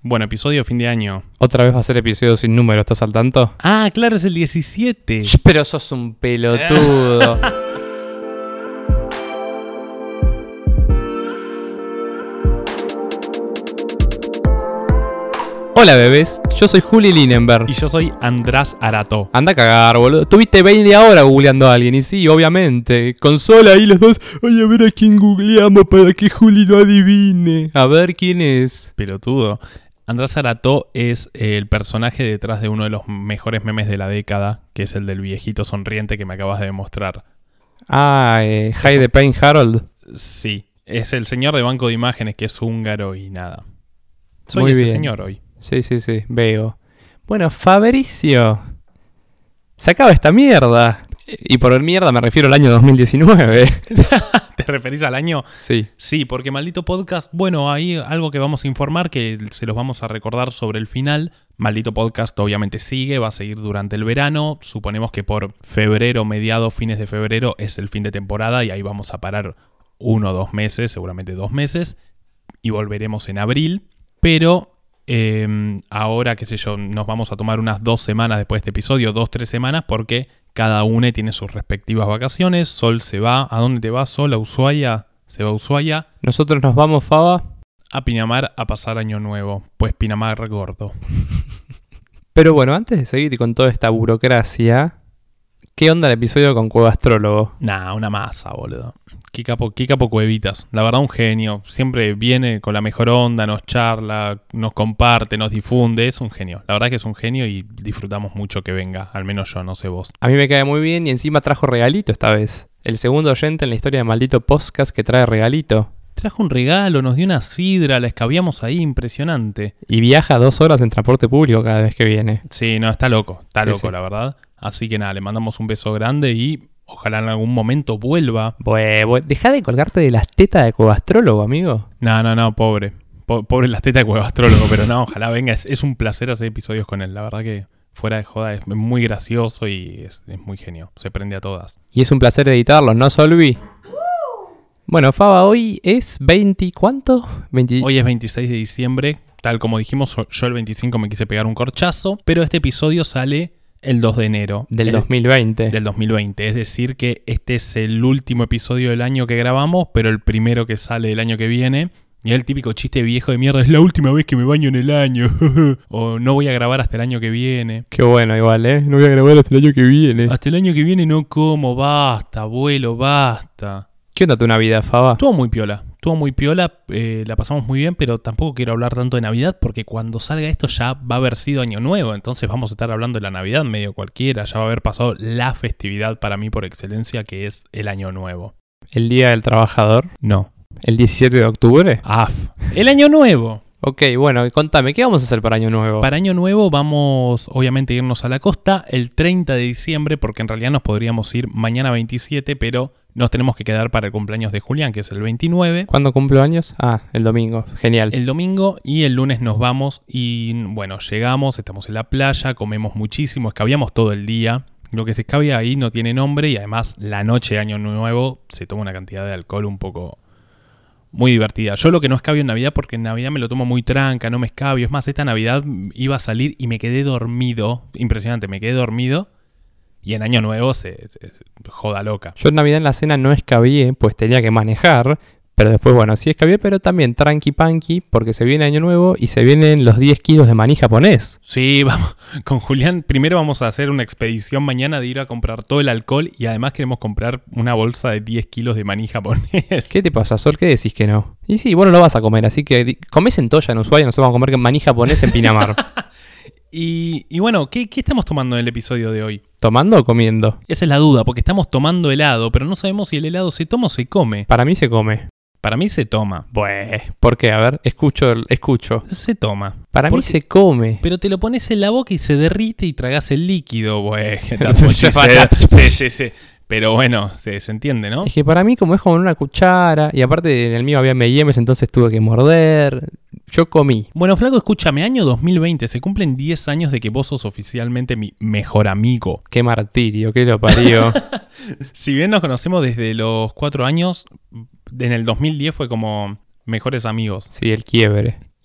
Bueno, episodio de fin de año. Otra vez va a ser episodio sin número, ¿estás al tanto? Ah, claro, es el 17. Pero sos un pelotudo. Hola bebés, yo soy Juli Linenberg. Y yo soy András Arato. Anda a cagar, boludo. Tuviste 20 horas googleando a alguien y sí, obviamente. Consola ahí los dos. Ay, a ver a quién googleamos para que Juli lo adivine. A ver quién es. Pelotudo. András Arato es el personaje detrás de uno de los mejores memes de la década, que es el del viejito sonriente que me acabas de demostrar. Ah, Hide the Pain Harold. Sí, es el señor de banco de imágenes que es húngaro y nada. Soy Muy ese bien. señor hoy. Sí, veo. Bueno, Fabricio, se acaba esta mierda. Y por mierda me refiero al año 2019. ¿Te referís al año? Sí. Sí, porque Maldito Podcast, bueno, hay algo que vamos a informar que se los vamos a recordar sobre el final. Maldito Podcast obviamente sigue, va a seguir durante el verano. Suponemos que por febrero, mediados, fines de febrero es el fin de temporada y ahí vamos a parar 1 o 2 meses, seguramente 2 meses. Y volveremos en abril, pero... ahora, qué sé yo, nos vamos a tomar unas 2 semanas después de este episodio, 2-3 semanas, porque cada uno tiene sus respectivas vacaciones. Sol se va. ¿A dónde te vas, Sol? ¿A Ushuaia? ¿Se va a Ushuaia? Nosotros nos vamos, Faba. A Pinamar a pasar año nuevo. Pues Pinamar gordo. Pero bueno, antes de seguir con toda esta burocracia, ¿qué onda el episodio con Cueva Astrólogo? Nah, una masa, boludo. Qué capo Cuevitas. La verdad, un genio. Siempre viene con la mejor onda, nos charla, nos comparte, nos difunde. Es un genio. La verdad que es un genio y disfrutamos mucho que venga. Al menos yo, no sé vos. A mí me cae muy bien y encima trajo regalito esta vez. El segundo oyente en la historia de Maldito Podcast que trae regalito. Trajo un regalo, nos dio una sidra, la escabiamos ahí, impresionante. Y viaja 2 horas en transporte público cada vez que viene. Sí, no, está loco, Sí. la verdad. Así que nada, le mandamos un beso grande y ojalá en algún momento vuelva. Deja de colgarte de las tetas de Cueva Astrólogo, amigo. No, pobre. Pobre las tetas de Cueva Astrólogo, pero no, ojalá venga. Es un placer hacer episodios con él, la verdad que fuera de joda es muy gracioso y es muy genio. Se prende a todas. Y es un placer editarlos, ¿no, Solvi? Bueno, Faba, hoy es 20... ¿Cuánto? 20... Hoy es 26 de diciembre. Tal como dijimos, yo el 25 me quise pegar un corchazo, pero este episodio sale el 2 de enero. Del 2020. Del 2020. Es decir que este es el último episodio del año que grabamos, pero el primero que sale el año que viene. Y el típico chiste viejo de mierda, es la última vez que me baño en el año. O no voy a grabar hasta el año que viene. Qué bueno igual, ¿eh? No voy a grabar hasta el año que viene. Hasta el año que viene no como, basta, abuelo, basta. ¿Qué onda tu Navidad, Faba? Estuvo muy piola, la pasamos muy bien, pero tampoco quiero hablar tanto de Navidad porque cuando salga esto ya va a haber sido año nuevo, entonces vamos a estar hablando de la Navidad medio cualquiera, ya va a haber pasado la festividad para mí por excelencia que es el año nuevo. ¿El Día del Trabajador? No. ¿El 17 de octubre? ¡El año nuevo! Ok, bueno, contame, ¿qué vamos a hacer para Año Nuevo? Para Año Nuevo vamos, obviamente, a irnos a la costa el 30 de diciembre, porque en realidad nos podríamos ir mañana 27, pero nos tenemos que quedar para el cumpleaños de Julián, que es el 29. ¿Cuándo cumplo años? Ah, el domingo. Genial. El domingo y el lunes nos vamos y, bueno, llegamos, estamos en la playa, comemos muchísimo, escabiamos todo el día. Lo que se escabia ahí no tiene nombre y además la noche de Año Nuevo se toma una cantidad de alcohol un poco... muy divertida. Yo lo que no escabio en Navidad, porque en Navidad me lo tomo muy tranca, no me escabio. Es más, esta Navidad iba a salir y me quedé dormido. Impresionante, me quedé dormido. Y en Año Nuevo se joda loca. Yo en Navidad en la cena no escabié, pues tenía que manejar. Pero después, bueno, sí escabié, pero también tranqui panqui, porque se viene Año Nuevo y se vienen los 10 kilos de maní japonés. Sí, vamos. Con Julián, primero vamos a hacer una expedición mañana de ir a comprar todo el alcohol y además queremos comprar una bolsa de 10 kilos de maní japonés. ¿Qué te pasa, Sol? ¿Qué decís que no? Y sí, vos no lo vas a comer, así que comés en Toya, en Ushuaia, nosotros vamos a comer maní japonés en Pinamar. Y bueno, ¿qué estamos tomando en el episodio de hoy? ¿Tomando o comiendo? Esa es la duda, porque estamos tomando helado, pero no sabemos si el helado se toma o se come. Para mí se come. Para mí se toma. Pues, ¿por qué? A ver, escucho. Se toma. Para mí se come. Pero te lo pones en la boca y se derrite y tragas el líquido, güey. Sí. Pero bueno, se entiende, ¿no? Es que para mí como es como en una cuchara, y aparte en el mío había M&M's, entonces tuve que morder. Yo comí. Bueno, flaco, escúchame, año 2020, se cumplen 10 años de que vos sos oficialmente mi mejor amigo. Qué martirio, qué lo parió. Si bien nos conocemos desde los 4 años, en el 2010 fue como mejores amigos. Sí, el quiebre.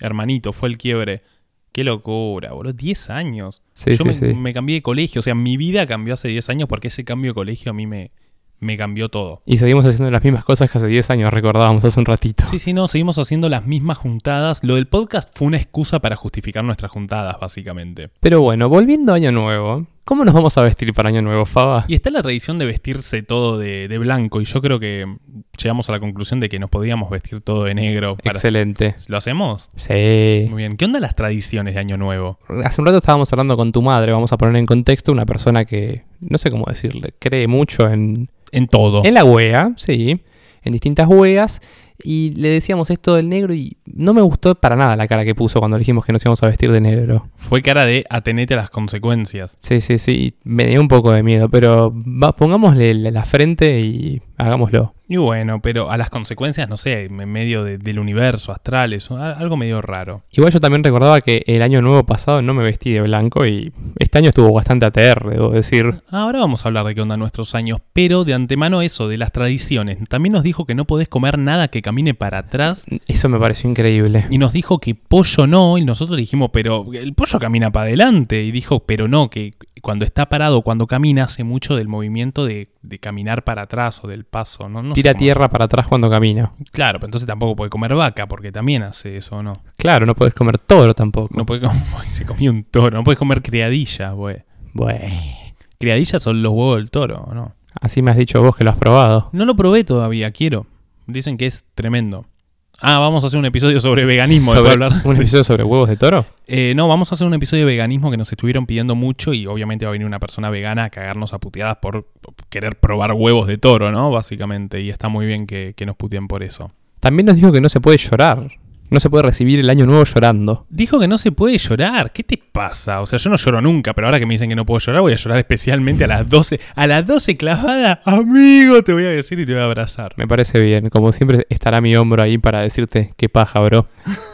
hermanito, fue el quiebre. Qué locura, boludo. 10 años. Sí, Yo sí. me cambié de colegio. O sea, mi vida cambió hace 10 años porque ese cambio de colegio a mí me cambió todo. Y seguimos haciendo las mismas cosas que hace 10 años, recordábamos hace un ratito. Sí, no, seguimos haciendo las mismas juntadas. Lo del podcast fue una excusa para justificar nuestras juntadas, básicamente. Pero bueno, volviendo a Año Nuevo, ¿cómo nos vamos a vestir para Año Nuevo, Faba? Y está la tradición de vestirse todo de blanco. Y yo creo que llegamos a la conclusión de que nos podíamos vestir todo de negro. Excelente. ¿Lo hacemos? Sí. Muy bien. ¿Qué onda las tradiciones de Año Nuevo? Hace un rato estábamos hablando con tu madre, vamos a poner en contexto, una persona que, no sé cómo decirle, cree mucho en todo. la wea, sí, en distintas weas, y le decíamos esto del negro y no me gustó para nada la cara que puso cuando dijimos que nos íbamos a vestir de negro. Fue cara de atenete a las consecuencias. Sí, me dio un poco de miedo, pero pongámosle la frente y hagámoslo. Y bueno, pero a las consecuencias, no sé, en medio del universo, astrales, algo medio raro. Igual yo también recordaba que el año nuevo pasado no me vestí de blanco y este año estuvo bastante ATR, debo decir. Ahora vamos a hablar de qué onda nuestros años, pero de antemano eso, de las tradiciones. También nos dijo que no podés comer nada que camine para atrás. Eso me pareció increíble. Y nos dijo que pollo no, y nosotros dijimos, pero el pollo camina para adelante. Y dijo, pero no, que cuando está parado, cuando camina, hace mucho del movimiento de caminar para atrás o del paso. No Tira sé cómo. tierra para atrás cuando camina. Claro, pero entonces tampoco puede comer vaca, porque también hace eso, ¿no? Claro, no podés comer toro tampoco. No puede comer, se comió un toro, no puedes comer criadillas, güey. Bueno, Criadillas son los huevos del toro, ¿no? así me has dicho vos que lo has probado. No lo probé todavía, quiero. Dicen que es tremendo. Vamos a hacer un episodio sobre veganismo. ¿Sobre después de hablar. un episodio sobre huevos de toro? No, vamos a hacer un episodio de veganismo que nos estuvieron pidiendo mucho y obviamente va a venir una persona vegana a cagarnos a puteadas por querer probar huevos de toro, ¿no? Básicamente, y está muy bien que nos puteen por eso. También nos dijo que no se puede llorar. No se puede recibir el año nuevo llorando. Dijo que no se puede llorar. ¿Qué te pasa? O sea, yo no lloro nunca, pero ahora que me dicen que no puedo llorar, voy a llorar especialmente a las 12. A las 12 clavada, amigo, te voy a decir y te voy a abrazar. Me parece bien. Como siempre estará mi hombro ahí para decirte qué paja, bro.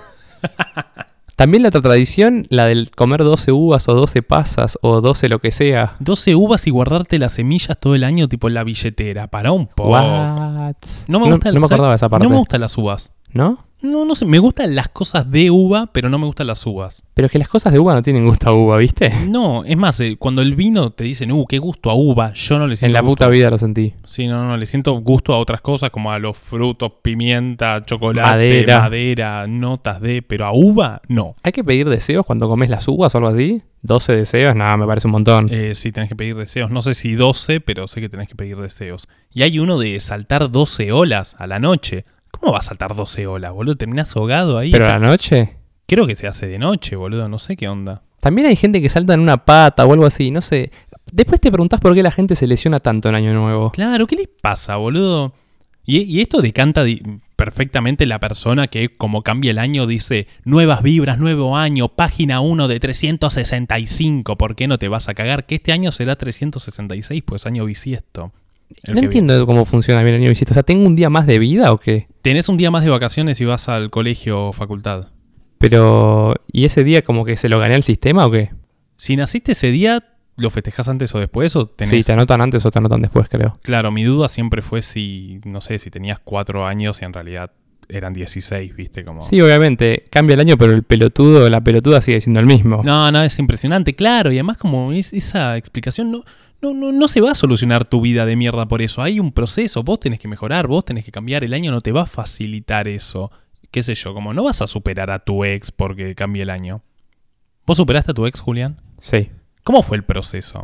También la otra tradición, la del comer 12 uvas o 12 pasas o 12 lo que sea. 12 uvas y guardarte las semillas todo el año tipo en la billetera. Para un poco. What? No me gusta, no me acordaba de esa parte. No me gustan las uvas. ¿No? No sé, me gustan las cosas de uva, pero no me gustan las uvas. Pero es que las cosas de uva no tienen gusto a uva, ¿viste? No, es más, cuando el vino te dicen, qué gusto a uva, yo no le siento En la gusto. puta vida lo sentí. Sí, no, le siento gusto a otras cosas como a los frutos, pimienta, chocolate, madera, notas de, pero a uva, no. ¿Hay que pedir deseos cuando comes las uvas o algo así? ¿12 deseos? Nada, me parece un montón. Sí, tenés que pedir deseos. No sé si 12, pero sé que tenés que pedir deseos. Y hay uno de saltar 12 olas a la noche. ¿Cómo vas a saltar 12 olas, boludo? ¿Terminás ahogado ahí? ¿Pero a la noche? Creo que se hace de noche, boludo. No sé qué onda. También hay gente que salta en una pata o algo así, no sé. Después te preguntás por qué la gente se lesiona tanto en Año Nuevo. Claro, ¿qué les pasa, boludo? Y esto decanta perfectamente la persona que, como cambia el año, dice nuevas vibras, nuevo año, página 1 de 365. ¿Por qué no te vas a cagar? Que este año será 366, pues año bisiesto. No entiendo cómo funciona bien el año bisiesto. O sea, ¿tengo un día más de vida o qué? Tenés un día más de vacaciones y vas al colegio o facultad. Pero, ¿y ese día como que se lo gané al sistema o qué? Si naciste ese día, ¿lo festejás antes o después? ¿O tenés... Sí, te anotan antes o te anotan después, creo. Claro, mi duda siempre fue si, no sé, si tenías 4 años y en realidad eran 16, ¿viste? Como... Sí, obviamente, cambia el año, pero el pelotudo, la pelotuda sigue siendo el mismo. No, es impresionante, claro. Y además como esa explicación no se va a solucionar tu vida de mierda por eso. Hay un proceso, vos tenés que mejorar, vos tenés que cambiar. El año no te va a facilitar eso. Qué sé yo, como no vas a superar a tu ex porque cambie el año. ¿Vos superaste a tu ex, Julián? Sí. ¿Cómo fue el proceso?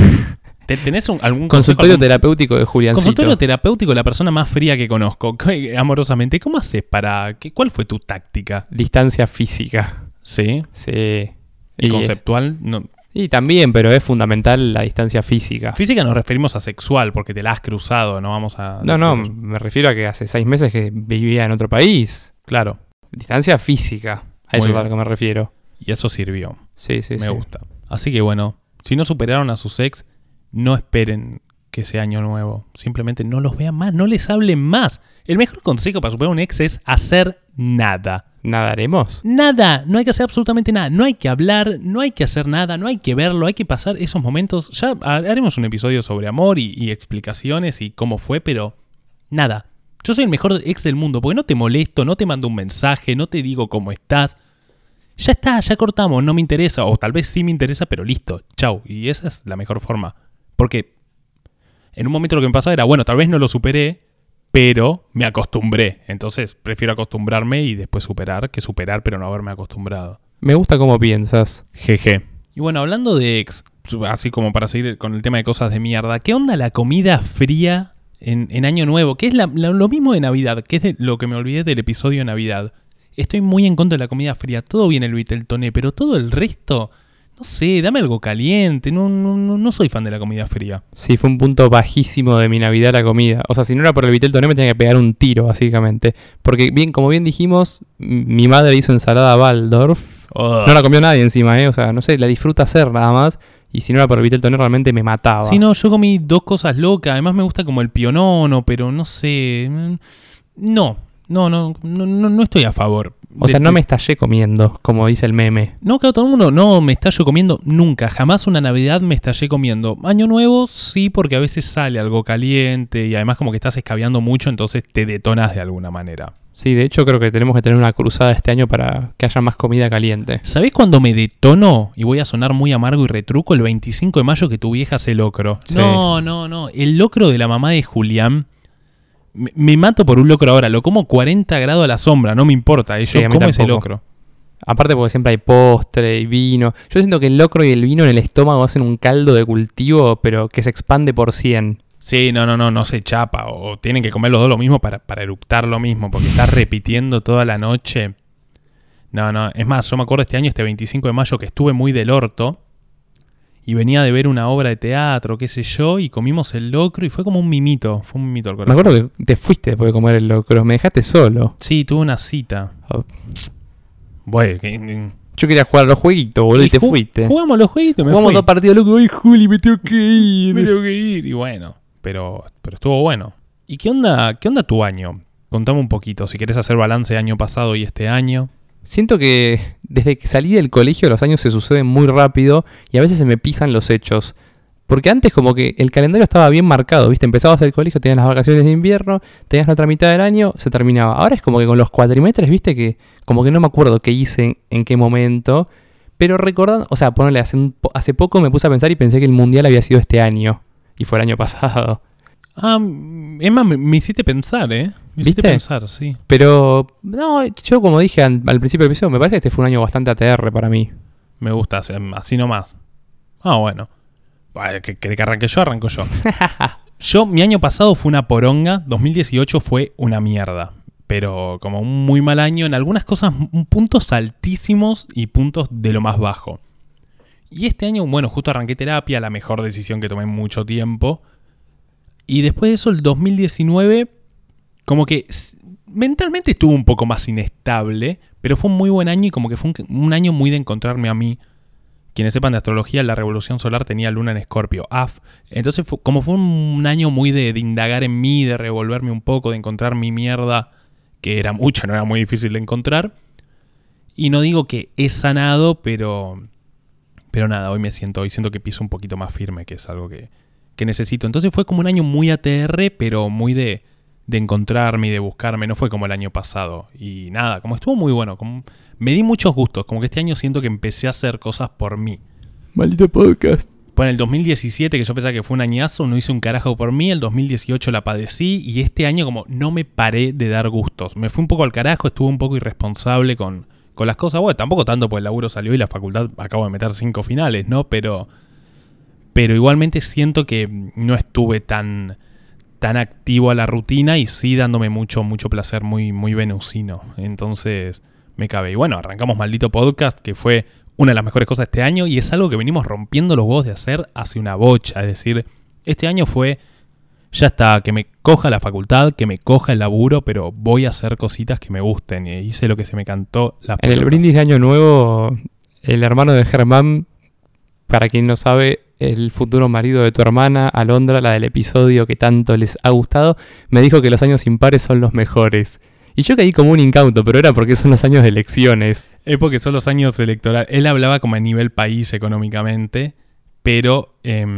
¿Tenés algún consultorio terapéutico de Juliancito? Consultorio terapéutico, la persona más fría que conozco, amorosamente. ¿Cómo haces ¿cuál fue tu táctica? Distancia física. ¿Sí? Sí. ¿Y conceptual? No. Y también, pero es fundamental la distancia física. Física nos referimos a sexual, porque te la has cruzado, no vamos a... No, me refiero a que hace 6 meses que vivía en otro país. Claro. Distancia física, a eso es a lo que me refiero. Y eso sirvió. Sí. Me gusta. Así que bueno, si no superaron a sus ex, no esperen que sea año nuevo. Simplemente no los vean más, no les hablen más. El mejor consejo para superar a un ex es hacer nada. ¿Nada haremos? Nada, no hay que hacer absolutamente nada. No hay que hablar, no hay que hacer nada, no hay que verlo, hay que pasar esos momentos. Ya haremos un episodio sobre amor y explicaciones y cómo fue, pero nada. Yo soy el mejor ex del mundo porque no te molesto, no te mando un mensaje, no te digo cómo estás. ya está, ya cortamos, no me interesa, o tal vez sí me interesa, pero listo, chau. Y esa es la mejor forma. Porque en un momento lo que me pasaba era, bueno, tal vez no lo superé, pero me acostumbré. Entonces prefiero acostumbrarme y después superar que superar, pero no haberme acostumbrado. Me gusta cómo piensas. Jeje. Y bueno, hablando de ex, así como para seguir con el tema de cosas de mierda, ¿qué onda la comida fría en Año Nuevo? Que es lo mismo de Navidad, que es de lo que me olvidé del episodio de Navidad. Estoy muy en contra de la comida fría. Todo bien el Viteltoné, pero todo el resto, no sé, dame algo caliente. No soy fan de la comida fría. Sí, fue un punto bajísimo de mi Navidad la comida. O sea, si no era por el Viteltoné me tenía que pegar un tiro, básicamente. Porque, como bien dijimos, mi madre hizo ensalada Waldorf. No la comió nadie encima, O sea, no sé, la disfruta hacer nada más. Y si no era por el Viteltoné realmente me mataba. Sí, no, yo comí 2 cosas locas. Además me gusta como el pionono, pero no sé. No estoy a favor. O sea, no me estallé comiendo, como dice el meme. No, claro, todo el mundo no me estallo comiendo nunca. Jamás una Navidad me estallé comiendo. Año Nuevo sí, porque a veces sale algo caliente y además como que estás escabeando mucho, entonces te detonas de alguna manera. Sí, de hecho creo que tenemos que tener una cruzada este año para que haya más comida caliente. ¿Sabés cuándo me detono? Y voy a sonar muy amargo y retruco, el 25 de mayo que tu vieja hace locro. Sí. No. El locro de la mamá de Julián. Me mato por un locro ahora. Lo como 40 grados a la sombra, no me importa. Sí, Yo como ese locro. Aparte porque siempre hay postre y vino. Yo siento que el locro y el vino en el estómago hacen un caldo de cultivo, pero que se expande por 100. Sí, no se chapa. O tienen que comer los dos lo mismo para eructar lo mismo. Porque estás repitiendo toda la noche. No. Es más, yo me acuerdo este año, este 25 de mayo, que estuve muy del orto. Y venía de ver una obra de teatro, qué sé yo. Y comimos el locro y fue como un mimito. Fue un mimito al corazón. Me acuerdo que te fuiste después de comer el locro. Me dejaste solo. Sí, tuve una cita. Oh. Bueno, yo quería jugar a los jueguitos, boludo, y te fuiste. Jugamos los jueguitos, Jugamos 2 partidos, loco. Ay, Juli, me tengo que ir. Me tengo que ir. Y bueno, pero estuvo bueno. ¿Y qué onda tu año? Contame un poquito, si querés hacer balance de año pasado y este año. Siento que desde que salí del colegio los años se suceden muy rápido y a veces se me pisan los hechos. Porque antes como que el calendario estaba bien marcado, ¿viste? Empezabas el colegio, tenías las vacaciones de invierno, tenías la otra mitad del año, se terminaba. Ahora es como que con los cuatrimestres, ¿viste? Que como que no me acuerdo qué hice en qué momento. Pero recordando, o sea, ponele, hace poco me puse a pensar y pensé que el mundial había sido este año. Y fue el año pasado. Ah, es más, me hiciste pensar, ¿eh? Me hiciste pensar, sí. Pero, no, yo como dije al principio del episodio, me parece que este fue un año bastante ATR para mí. Me gusta, así nomás. Ah, bueno. ¿Querés que arranque yo? Arranco yo. Mi año pasado fue una poronga. 2018 fue una mierda. Pero como un muy mal año. En algunas cosas, puntos altísimos y puntos de lo más bajo. Y este año, bueno, justo arranqué terapia. La mejor decisión que tomé en mucho tiempo. Y después de eso, el 2019, como que mentalmente estuvo un poco más inestable. Pero fue un muy buen año y como que fue un año muy de encontrarme a mí. Quienes sepan de astrología, la revolución solar tenía luna en Escorpio, AF. Entonces, como fue un año muy de indagar en mí, de revolverme un poco, de encontrar mi mierda, que era mucha, no era muy difícil de encontrar. Y no digo que he sanado, pero nada, hoy siento que piso un poquito más firme, que es algo que necesito. Entonces fue como un año muy ATR, pero muy de encontrarme y de buscarme. No fue como el año pasado. Y nada, como estuvo muy bueno, me di muchos gustos, como que este año siento que empecé a hacer cosas por mí. Maldito podcast. Bueno, el 2017, que yo pensaba que fue un añazo, no hice un carajo por mí. El 2018 la padecí y este año como no me paré de dar gustos. Me fui un poco al carajo, estuve un poco irresponsable con las cosas. Bueno, tampoco tanto porque el laburo salió y la facultad acabo de meter 5 finales, ¿no? Pero igualmente siento que no estuve tan activo a la rutina y sí dándome mucho placer, muy, muy venusino. Entonces me cabe. Y bueno, arrancamos Maldito Podcast, que fue una de las mejores cosas de este año y es algo que venimos rompiendo los huevos de hacer hace una bocha. Es decir, este año fue, ya está, que me coja la facultad, que me coja el laburo, pero voy a hacer cositas que me gusten. Y hice lo que se me cantó la pelota. En el brindis de Año Nuevo, el hermano de Germán, para quien no sabe, el futuro marido de tu hermana, Alondra, la del episodio que tanto les ha gustado, me dijo que los años impares son los mejores. Y yo caí como un incauto, pero era porque son los años de elecciones. Es porque son los años electorales. Él hablaba como a nivel país económicamente, pero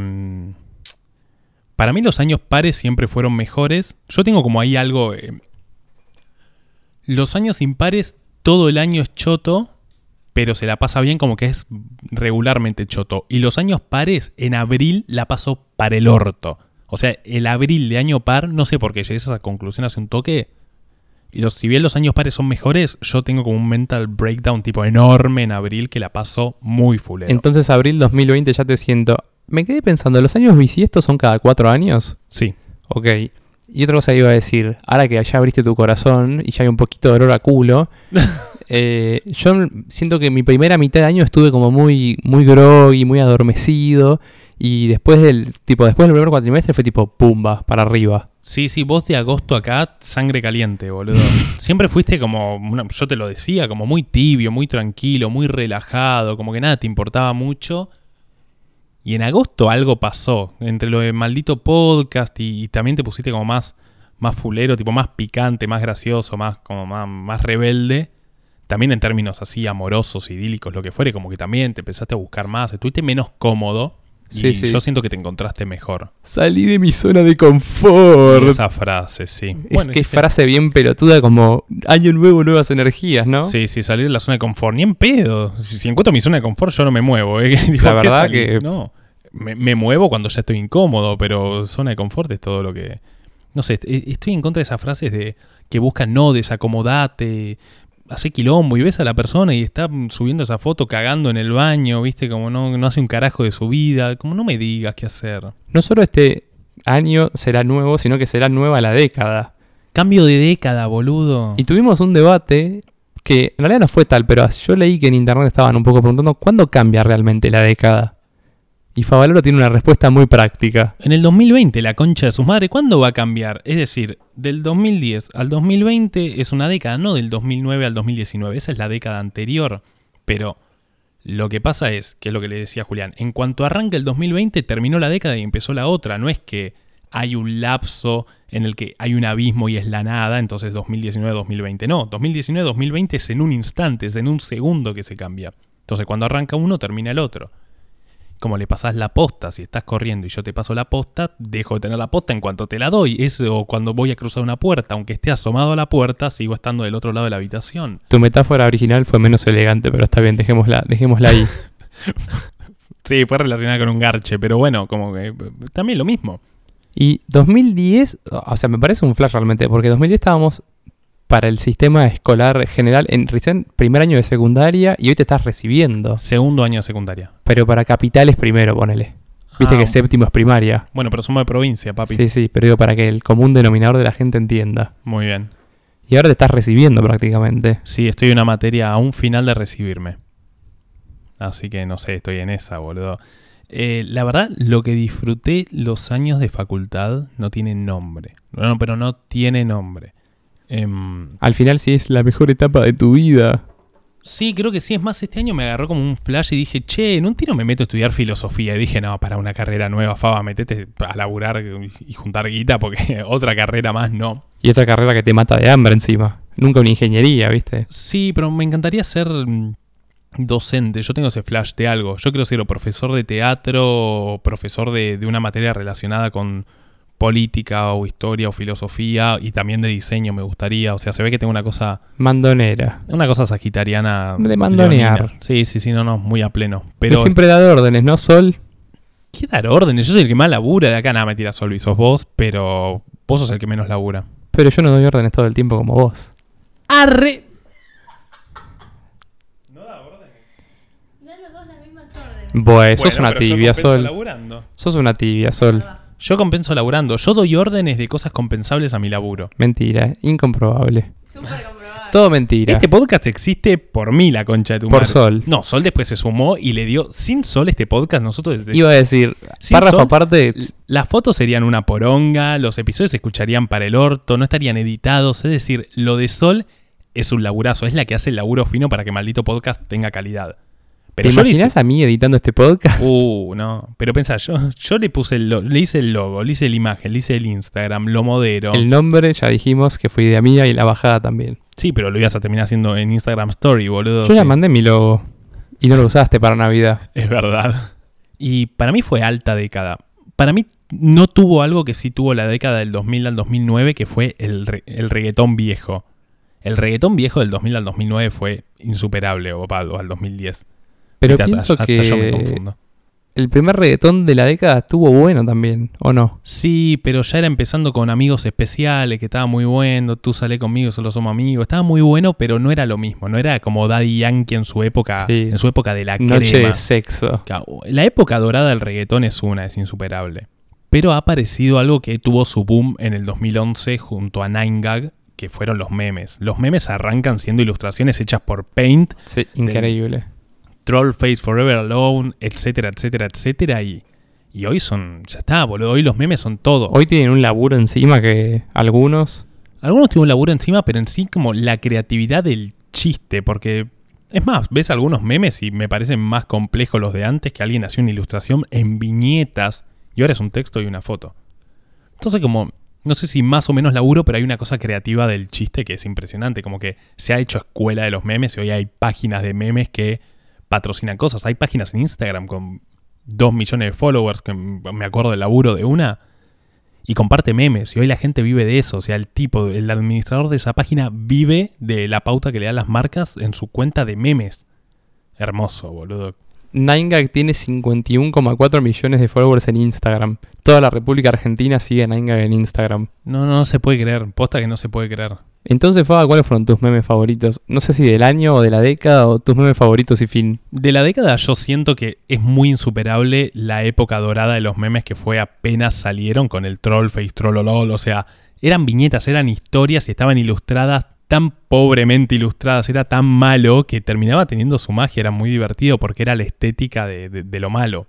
para mí los años pares siempre fueron mejores. Yo tengo como ahí algo... los años impares todo el año es choto, pero se la pasa bien, como que es regularmente choto. Y los años pares, en abril la paso para el orto. O sea, el abril de año par, no sé por qué llegué a esa conclusión hace un toque. Y si bien los años pares son mejores, yo tengo como un mental breakdown tipo enorme en abril que la paso muy fulero. Entonces, abril 2020 ya te siento. Me quedé pensando, ¿los años bisiestos son cada 4 años? Sí. Ok. Y otra cosa que iba a decir, ahora que ya abriste tu corazón y ya hay un poquito de olor a culo, yo siento que mi primera mitad de año estuve como muy, muy groggy, muy adormecido. Y después del primer cuatrimestre fue tipo pumba, para arriba. Sí, vos de agosto acá, sangre caliente, boludo. Siempre fuiste como, yo te lo decía, como muy tibio, muy tranquilo, muy relajado, como que nada te importaba mucho. Y en agosto algo pasó, entre lo de maldito podcast y también te pusiste como más fulero, tipo más picante, más gracioso, más rebelde. También en términos así amorosos, idílicos, lo que fuere, como que también te empezaste a buscar más, estuviste menos cómodo. Y Sí. yo siento que te encontraste mejor. Salí de mi zona de confort. Esa frase, sí. Es frase bien pelotuda como año nuevo, nuevas energías, ¿no? Sí, salir de la zona de confort. Ni en pedo. Si encuentro mi zona de confort, yo no me muevo. Tipo, La verdad que... No. Me muevo cuando ya estoy incómodo, pero zona de confort es todo lo que... No sé, estoy en contra de esas frases de que buscan no desacomodate, hace quilombo y ves a la persona y está subiendo esa foto cagando en el baño, ¿viste? Como no hace un carajo de su vida. Como no me digas qué hacer. No solo este año será nuevo, sino que será nueva la década. Cambio de década, boludo. Y tuvimos un debate que en realidad no fue tal, pero yo leí que en internet estaban un poco preguntando ¿cuándo cambia realmente la década? Y Favaloro tiene una respuesta muy práctica. En el 2020, la concha de su madre, ¿cuándo va a cambiar? Es decir, del 2010 al 2020 es una década, no del 2009 al 2019. Esa es la década anterior. Pero lo que pasa es, que es lo que le decía Julián, en cuanto arranca el 2020 terminó la década y empezó la otra. No es que hay un lapso en el que hay un abismo y es la nada, entonces 2019-2020. No, 2019-2020 es en un instante, es en un segundo que se cambia. Entonces cuando arranca uno, termina el otro. Como le pasás la posta, si estás corriendo y yo te paso la posta, dejo de tener la posta en cuanto te la doy. Eso cuando voy a cruzar una puerta, aunque esté asomado a la puerta, sigo estando del otro lado de la habitación. Tu metáfora original fue menos elegante, pero está bien, dejémosla ahí. Sí, fue relacionada con un garche, pero bueno, como que también lo mismo. Y 2010, o sea, me parece un flash realmente, porque 2010 estábamos para el sistema escolar general en recién primer año de secundaria y hoy te estás recibiendo. Segundo año de secundaria. Pero para capitales primero, ponele. Viste que séptimo es primaria. Bueno, pero somos de provincia, papi. Sí, pero digo para que el común denominador de la gente entienda. Muy bien. Y ahora te estás recibiendo prácticamente. Sí, estoy en una materia a un final de recibirme. Así que no sé, estoy en esa, boludo. La verdad, lo que disfruté los años de facultad no tiene nombre. No, pero no tiene nombre. Al final sí es la mejor etapa de tu vida. Sí, creo que sí. Es más, este año me agarró como un flash y dije, che, en un tiro me meto a estudiar filosofía. Y dije, no, para una carrera nueva, Faba, metete a laburar y juntar guita porque otra carrera más no. Y otra carrera que te mata de hambre encima. Nunca una ingeniería, ¿viste? Sí, pero me encantaría ser docente. Yo tengo ese flash de algo. Yo quiero ser o profesor de teatro o profesor de una materia relacionada con política o historia o filosofía y también de diseño me gustaría. O sea, se ve que tengo una cosa... Mandonera. Una cosa sagitariana. De mandonear. Leonina. Sí, no, muy a pleno. Pero siempre dar órdenes, ¿no, Sol? ¿Qué dar órdenes? Yo soy el que más labura de acá. Nada, mentira, Sol, sos vos, pero vos sos el que menos labura. Pero yo no doy órdenes todo el tiempo como vos. ¡Arre! ¿No da órdenes? Da los dos las mismas órdenes. Bueno, sos una tibia, Sol. Laburando. Sos una tibia, Sol. Yo compenso laburando. Yo doy órdenes de cosas compensables a mi laburo. Mentira, incomprobable. Súper comprobable. Todo mentira. Este podcast existe por mí, la concha de tu Por madre. Sol. No, Sol después se sumó y le dio... Sin Sol este podcast, nosotros... Iba a decir, Sin párrafo Sol, aparte... Las fotos serían una poronga, los episodios se escucharían para el orto, no estarían editados. Es decir, lo de Sol es un laburazo. Es la que hace el laburo fino para que Maldito Podcast tenga calidad. Pero ¿Te yo imaginas a mí editando este podcast? No. Pero pensá, yo le puse le hice el logo, le hice la imagen, le hice el Instagram, lo modero. El nombre ya dijimos que fue idea mía y la bajada también. Sí, pero lo ibas a terminar haciendo en Instagram Story, boludo. Yo ya mandé mi logo y no lo usaste para Navidad. Es verdad. Y para mí fue alta década. Para mí no tuvo algo que sí tuvo la década del 2000 al 2009, que fue el reggaetón viejo. El reggaetón viejo del 2000 al 2009 fue insuperable, o al 2010. Pero Hasta- pienso hasta yo me que confundo. el primer reggaetón de la década estuvo bueno también, ¿o no? Sí, pero ya era empezando con Amigos Especiales, que estaba muy bueno, Tú salé conmigo, solo somos amigos. Estaba muy bueno, pero no era lo mismo. No era como Daddy Yankee en su época, Sí. en su época de la Noche crema. de sexo. Claro, la época dorada del reggaetón es insuperable. Pero ha aparecido algo que tuvo su boom en el 2011 junto a 9gag, que fueron los memes. Los memes arrancan siendo ilustraciones hechas por Paint, Sí, increíble. Trollface, Forever Alone, etcétera, etcétera, etcétera. Y hoy ya está, boludo. Hoy los memes son todo. Hoy tienen un laburo encima que algunos... Algunos tienen un laburo encima, pero en sí como la creatividad del chiste, porque... Es más, ves algunos memes y me parecen más complejos los de antes, que alguien hacía una ilustración en viñetas y ahora es un texto y una foto. Entonces como, no sé si más o menos laburo, pero hay una cosa creativa del chiste que es impresionante, como que se ha hecho escuela de los memes y hoy hay páginas de memes que patrocinan cosas. Hay páginas en Instagram con 2 millones de followers, que me acuerdo del laburo de una, y comparte memes, y hoy la gente vive de eso. O sea, el administrador de esa página vive de la pauta que le dan las marcas en su cuenta de memes. Hermoso, boludo. 9gag tiene 51,4 millones de followers en Instagram. Toda la República Argentina sigue a 9gag en Instagram. No se puede creer. Posta que no se puede creer. Entonces, Faba, ¿cuáles fueron tus memes favoritos? No sé si del año o de la década o tus memes favoritos y fin. De la década yo siento que es muy insuperable la época dorada de los memes que fue apenas salieron con el Trollface, Trollolol. O sea, eran viñetas, eran historias y estaban ilustradas tan pobremente ilustradas, era tan malo que terminaba teniendo su magia, era muy divertido porque era la estética de lo malo.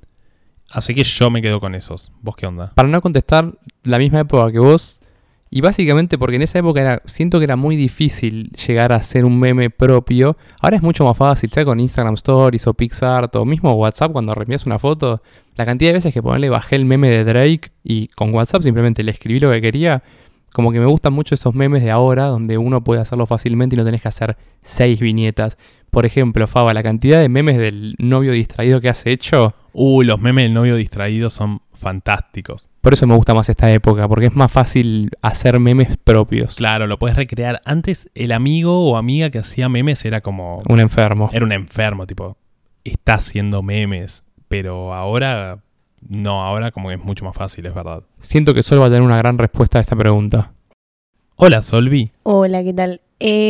Así que yo me quedo con esos. ¿Vos qué onda? Para no contestar la misma época que vos, y básicamente porque en esa época siento que era muy difícil llegar a hacer un meme propio. Ahora es mucho más fácil, sea con Instagram Stories o PixArt o mismo WhatsApp cuando reenvías una foto. La cantidad de veces que bajé el meme de Drake y con WhatsApp simplemente le escribí lo que quería. Como que me gustan mucho esos memes de ahora donde uno puede hacerlo fácilmente y no tenés que hacer 6 viñetas. Por ejemplo, Faba, la cantidad de memes del novio distraído que has hecho. Los memes del novio distraído son fantásticos. Por eso me gusta más esta época, porque es más fácil hacer memes propios. Claro, lo puedes recrear. Antes el amigo o amiga que hacía memes era como... Un enfermo. Era un enfermo, tipo, está haciendo memes. Pero ahora... No, ahora como que es mucho más fácil, es verdad. Siento que Sol va a tener una gran respuesta a esta pregunta. Hola, Solvi. Hola, ¿qué tal?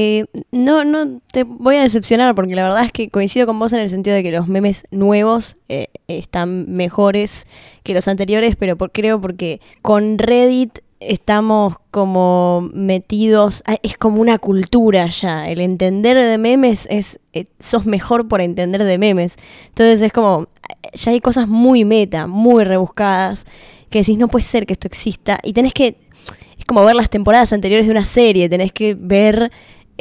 No te voy a decepcionar porque la verdad es que coincido con vos en el sentido de que los memes nuevos están mejores que los anteriores, pero creo porque con Reddit estamos como metidos, es como una cultura ya. El entender de memes sos mejor por entender de memes. Entonces es como, ya hay cosas muy meta, muy rebuscadas, que decís, no puede ser que esto exista. Y tenés que, es como ver las temporadas anteriores de una serie, tenés que ver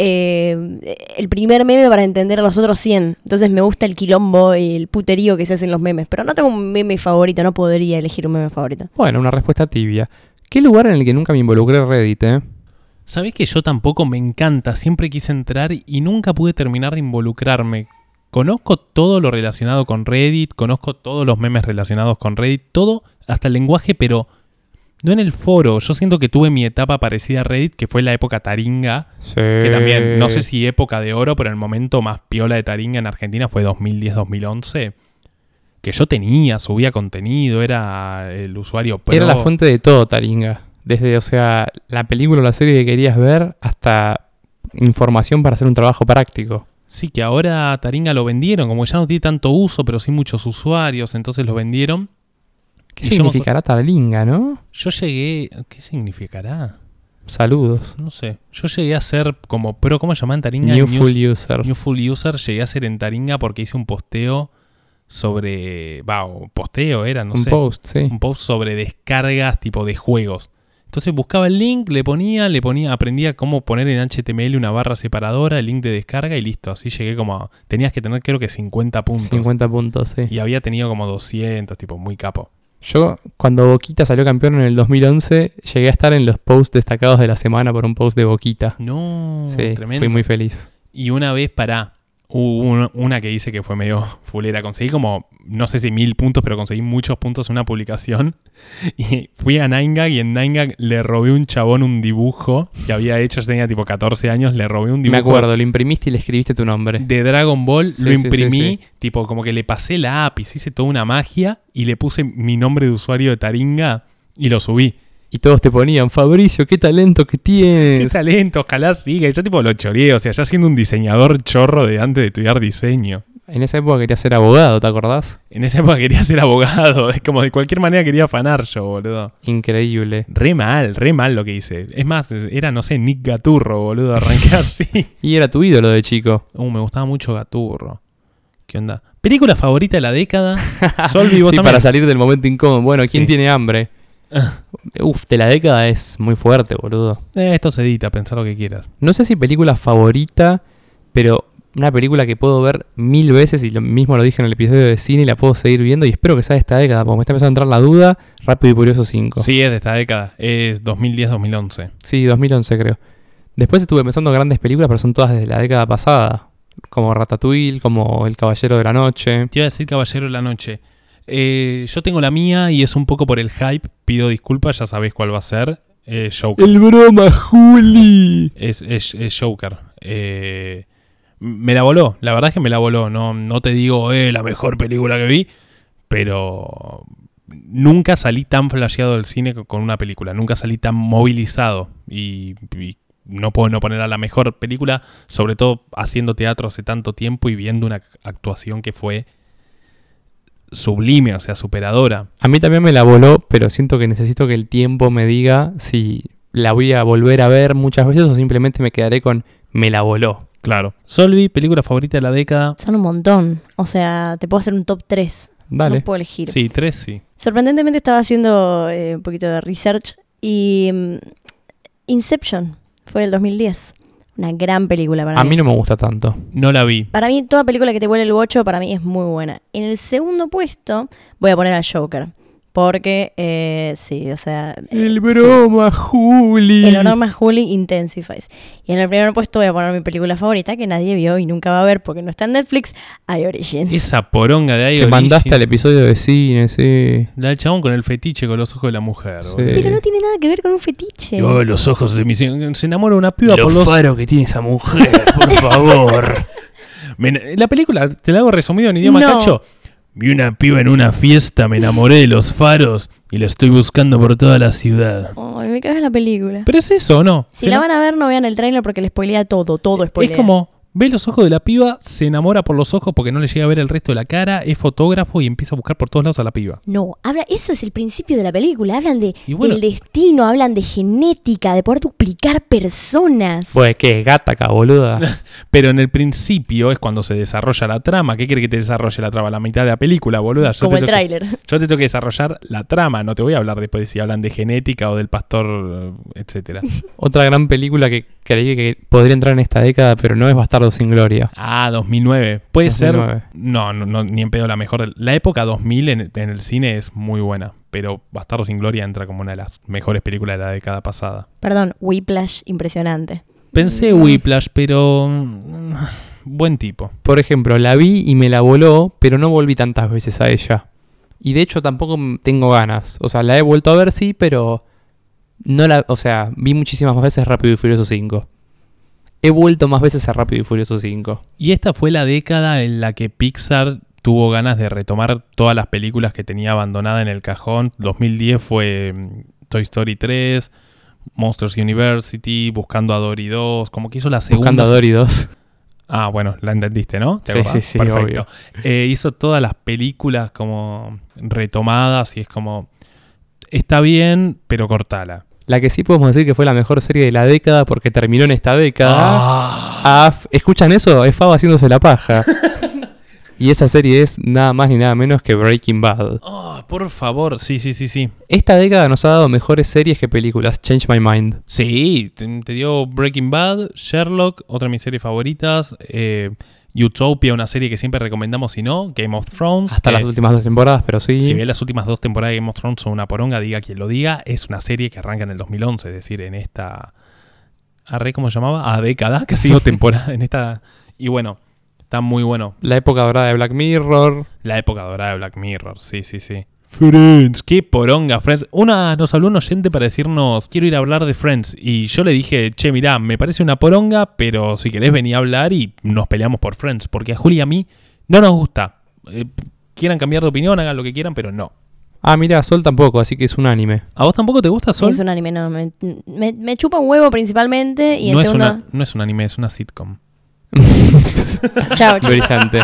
el primer meme para entender a los otros 100. Entonces me gusta el quilombo y el puterío que se hacen los memes. Pero no tengo un meme favorito, no podría elegir un meme favorito. Bueno, una respuesta tibia. ¿Qué lugar en el que nunca me involucré Reddit, ¿Sabés que yo tampoco me encanta? Siempre quise entrar y nunca pude terminar de involucrarme. Conozco todo lo relacionado con Reddit, conozco todos los memes relacionados con Reddit, todo, hasta el lenguaje, pero no en el foro. Yo siento que tuve mi etapa parecida a Reddit, que fue la época Taringa, Sí. que también, no sé si época de oro, pero el momento más piola de Taringa en Argentina fue 2010-2011. Que yo subía contenido, era el usuario pro. Era la fuente de todo, Taringa. Desde, o sea, la película o la serie que querías ver hasta información para hacer un trabajo práctico. Sí, que ahora Taringa lo vendieron, como ya no tiene tanto uso, pero sí muchos usuarios, entonces lo vendieron. ¿Qué Y yo significará Taringa, no? Yo llegué... ¿Qué significará? Saludos. No sé. Yo llegué a ser como pro... ¿Cómo se llama en Taringa? New Full User. New Full User. Llegué a ser en Taringa porque hice un posteo sobre... o posteo era, no Un sé. post, sí. Un post sobre descargas tipo de juegos. Entonces buscaba el link, le ponía, aprendía cómo poner en HTML una barra separadora, el link de descarga y listo. Así llegué como... Tenías que tener creo que 50 puntos. 50 puntos, sí. Y había tenido como 200, tipo muy capo. Yo, cuando Boquita salió campeón en el 2011, llegué a estar en los posts destacados de la semana por un post de Boquita. No, Sí, tremendo. fui muy feliz. Y una vez Una que hice que fue medio fulera. Conseguí como, no sé si 1000 puntos, pero conseguí muchos puntos en una publicación. Y fui a 9gag y en 9gag le robé a un chabón un dibujo que había hecho. Yo tenía tipo 14 años, le robé un dibujo. Me acuerdo, lo imprimiste y le escribiste tu nombre. De Dragon Ball, Sí, lo sí, imprimí, sí, sí. tipo como que le pasé lápiz, hice toda una magia y le puse mi nombre de usuario de Taringa y lo subí. Y todos te ponían, Fabricio, qué talento que tienes. Qué talento, ojalá siga. Y yo tipo lo choreé, o sea, ya siendo un diseñador chorro de antes de estudiar diseño. En esa época quería ser abogado, ¿te acordás? En esa época quería ser abogado, es como de cualquier manera quería afanar yo, boludo. Increíble. Re mal lo que hice. Es más, era, no sé, Nick Gaturro, boludo, arranqué así. Y era tu ídolo de chico. Me gustaba mucho Gaturro. ¿Qué onda? ¿Película favorita de la década? Solvi, vos Sí, también. para salir del momento incómodo. Bueno, ¿quién Sí. tiene hambre? Uf, de la década es muy fuerte, boludo. Esto se edita, pensá lo que quieras. No sé si película favorita, pero una película que puedo ver 1000 veces y lo mismo lo dije en el episodio de cine y la puedo seguir viendo y espero que sea de esta década, porque me está empezando a entrar la duda. Rápido y Furioso 5. Sí, es de esta década. Es 2010-2011. Sí, 2011 creo. Después estuve pensando en grandes películas, pero son todas desde la década pasada. Como Ratatouille, como El Caballero de la Noche. Te iba a decir Caballero de la Noche. Yo tengo la mía y es un poco por el hype. Pido disculpas, ya sabéis cuál va a ser. Joker. ¡El broma, Juli! Es Joker. Me la voló, la verdad es que me la voló. No te digo, la mejor película que vi, pero nunca salí tan flasheado del cine con una película. Nunca salí tan movilizado. Y no puedo no poner a la mejor película, sobre todo haciendo teatro hace tanto tiempo y viendo una actuación que fue sublime, o sea, superadora. A mí también me la voló, pero siento que necesito que el tiempo me diga si la voy a volver a ver muchas veces o simplemente me quedaré con me la voló. Claro. Solvi, película favorita de la década. Son un montón. O sea, te puedo hacer un top 3. Dale. No puedo elegir. Sí, 3 sí. Sorprendentemente estaba haciendo un poquito de research y Inception fue del 2010. Una gran película para A mí. mí no me gusta tanto. No la vi. Para mí, toda película que te vuele el bocho, para mí es muy buena. En el segundo puesto voy a poner al Joker. Porque, sí, o sea... El broma, Juli. El broma Juli Intensifies. Y en el primer puesto voy a poner mi película favorita, que nadie vio y nunca va a ver porque no está en Netflix, I Origins. Esa poronga de ahí. Que mandaste al episodio de cine, sí. La del chabón con el fetiche con los ojos de la mujer. Sí. boludo. Pero no tiene nada que ver con un fetiche. Oh, los ojos de mi... Se enamora una piba por los... faros que tiene esa mujer, por favor. La película, te la hago resumido en idioma No. cacho. Vi una piba en una fiesta, me enamoré de los faros y la estoy buscando por toda la ciudad. Ay, me cagas la película. Pero es eso, ¿o no? Si la van a ver, no vean el tráiler porque le spoilea todo spoilea. Es como, ve los ojos de la piba, se enamora por los ojos porque no le llega a ver el resto de la cara, es fotógrafo y empieza a buscar por todos lados a la piba. No, eso es el principio de la película. Hablan Y bueno- del destino, hablan de genética, de poder duplicar personas. Pues, ¿qué? Gata acá, boluda. Pero en el principio es cuando se desarrolla la trama. ¿Qué quiere que te desarrolle la trama? La mitad de la película, boluda. Como el tráiler. Yo te tengo que desarrollar la trama, no te voy a hablar después de si hablan de genética o del pastor, etcétera. Otra gran película que creí que podría entrar en esta década, pero no es Bastardo sin Gloria. Ah, 2009. Puede 2009. ser... No, ni en pedo la mejor. La época 2000 en el cine es muy buena, pero Bastardo sin Gloria entra como una de las mejores películas de la década pasada. Perdón, Whiplash, impresionante. Pensé Whiplash, pero... buen tipo. Por ejemplo, la vi y me la voló, pero no volví tantas veces a ella. Y de hecho tampoco tengo ganas. O sea, la he vuelto a ver, sí, pero... vi muchísimas más veces Rápido y Furioso 5. He vuelto más veces a Rápido y Furioso 5. Y esta fue la década en la que Pixar tuvo ganas de retomar todas las películas que tenía abandonadas en el cajón. 2010 fue Toy Story 3, Monsters University, Buscando a Dory 2, como que hizo la segunda... Buscando a Dory 2. Ah, bueno, la entendiste, ¿no? ¿Te Sí, acordás? sí, sí, Perfecto. Hizo todas las películas como retomadas y es como... Está bien, pero cortala. La que sí podemos decir que fue la mejor serie de la década porque terminó en esta década. ¿Escuchan eso? Es Fabo haciéndose la paja. Y esa serie es nada más ni nada menos que Breaking Bad. Oh, por favor, sí. Esta década nos ha dado mejores series que películas. Change My Mind. Sí, te dio Breaking Bad, Sherlock, otra de mis series favoritas, Utopia, una serie que siempre recomendamos, si no, Game of Thrones. Hasta las últimas 2 temporadas, pero sí. Si bien las últimas 2 temporadas de Game of Thrones son una poronga, diga quien lo diga, es una serie que arranca en el 2011, es decir, en esta... ¿Cómo se llamaba? Década, casi 2 temporadas en esta... Y bueno, Está muy bueno. La época dorada de Black Mirror. La época dorada de Black Mirror, sí. Friends, qué poronga, Friends. Nos habló un oyente para decirnos, quiero ir a hablar de Friends. Y yo le dije, che, mirá, me parece una poronga, pero si querés venir a hablar y nos peleamos por Friends. Porque a Juli y a mí no nos gusta. Quieran cambiar de opinión, hagan lo que quieran, pero no. Ah, mira, Sol tampoco, así que es un anime. ¿A vos tampoco te gusta, Sol? Es un anime, no. Me chupa un huevo principalmente y en No segundo... no es un anime, es una sitcom. Chao, chicos. Brillante.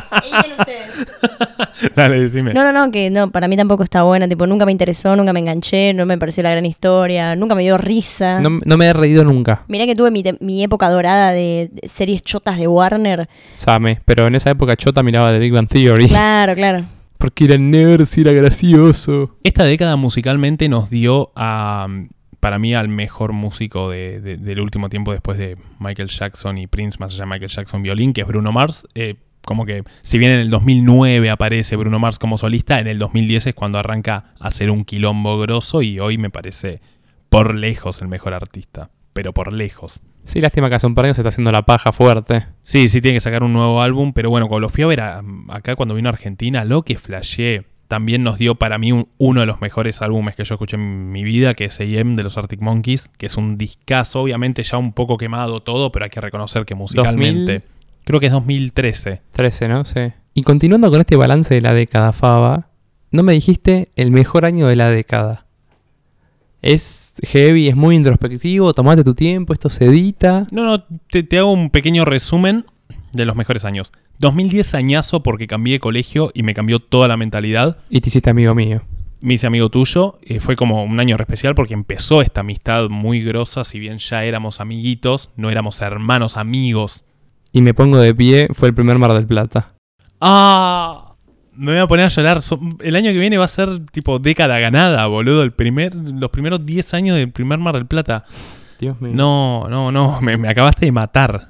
Dale, decime. No, que no, para mí tampoco está buena. Tipo, nunca me interesó, nunca me enganché, no me pareció la gran historia, nunca me dio risa. No me he reído nunca. Mirá que tuve mi época dorada de series chotas de Warner. Same, pero en esa época Chota miraba The Big Bang Theory. Claro. Porque era nerd y era gracioso. Esta década musicalmente nos dio para mí al mejor músico del último tiempo después de Michael Jackson y Prince, más allá de Michael Jackson violín, que es Bruno Mars. Como que si bien en el 2009 aparece Bruno Mars como solista, en el 2010 es cuando arranca a hacer un quilombo grosso y hoy me parece por lejos el mejor artista, pero por lejos. Sí, lástima que hace un par de años se está haciendo la paja fuerte. Sí, tiene que sacar un nuevo álbum, pero bueno, cuando lo fui a ver acá cuando vino a Argentina, lo que flasheé. También nos dio para mí uno de los mejores álbumes que yo escuché en mi vida, que es A.M. de los Arctic Monkeys, que es un discazo, obviamente ya un poco quemado todo, pero hay que reconocer que musicalmente... Creo que es 2013. 13, ¿no? Sí. Y continuando con este balance de la década, Faba, no me dijiste el mejor año de la década. Es heavy, es muy introspectivo, tomate tu tiempo, esto se edita. No, te hago un pequeño resumen de los mejores años. 2010 añazo porque cambié de colegio y me cambió toda la mentalidad. Y te hiciste amigo mío. Me hice amigo tuyo. Fue como un año re especial porque empezó esta amistad muy grosa. Si bien ya éramos amiguitos, no éramos hermanos, amigos. Y me pongo de pie, fue el primer Mar del Plata. ¡Ah! Me voy a poner a llorar. El año que viene va a ser tipo década ganada, boludo. Los primeros 10 años del primer Mar del Plata. Dios mío. No. Me acabaste de matar.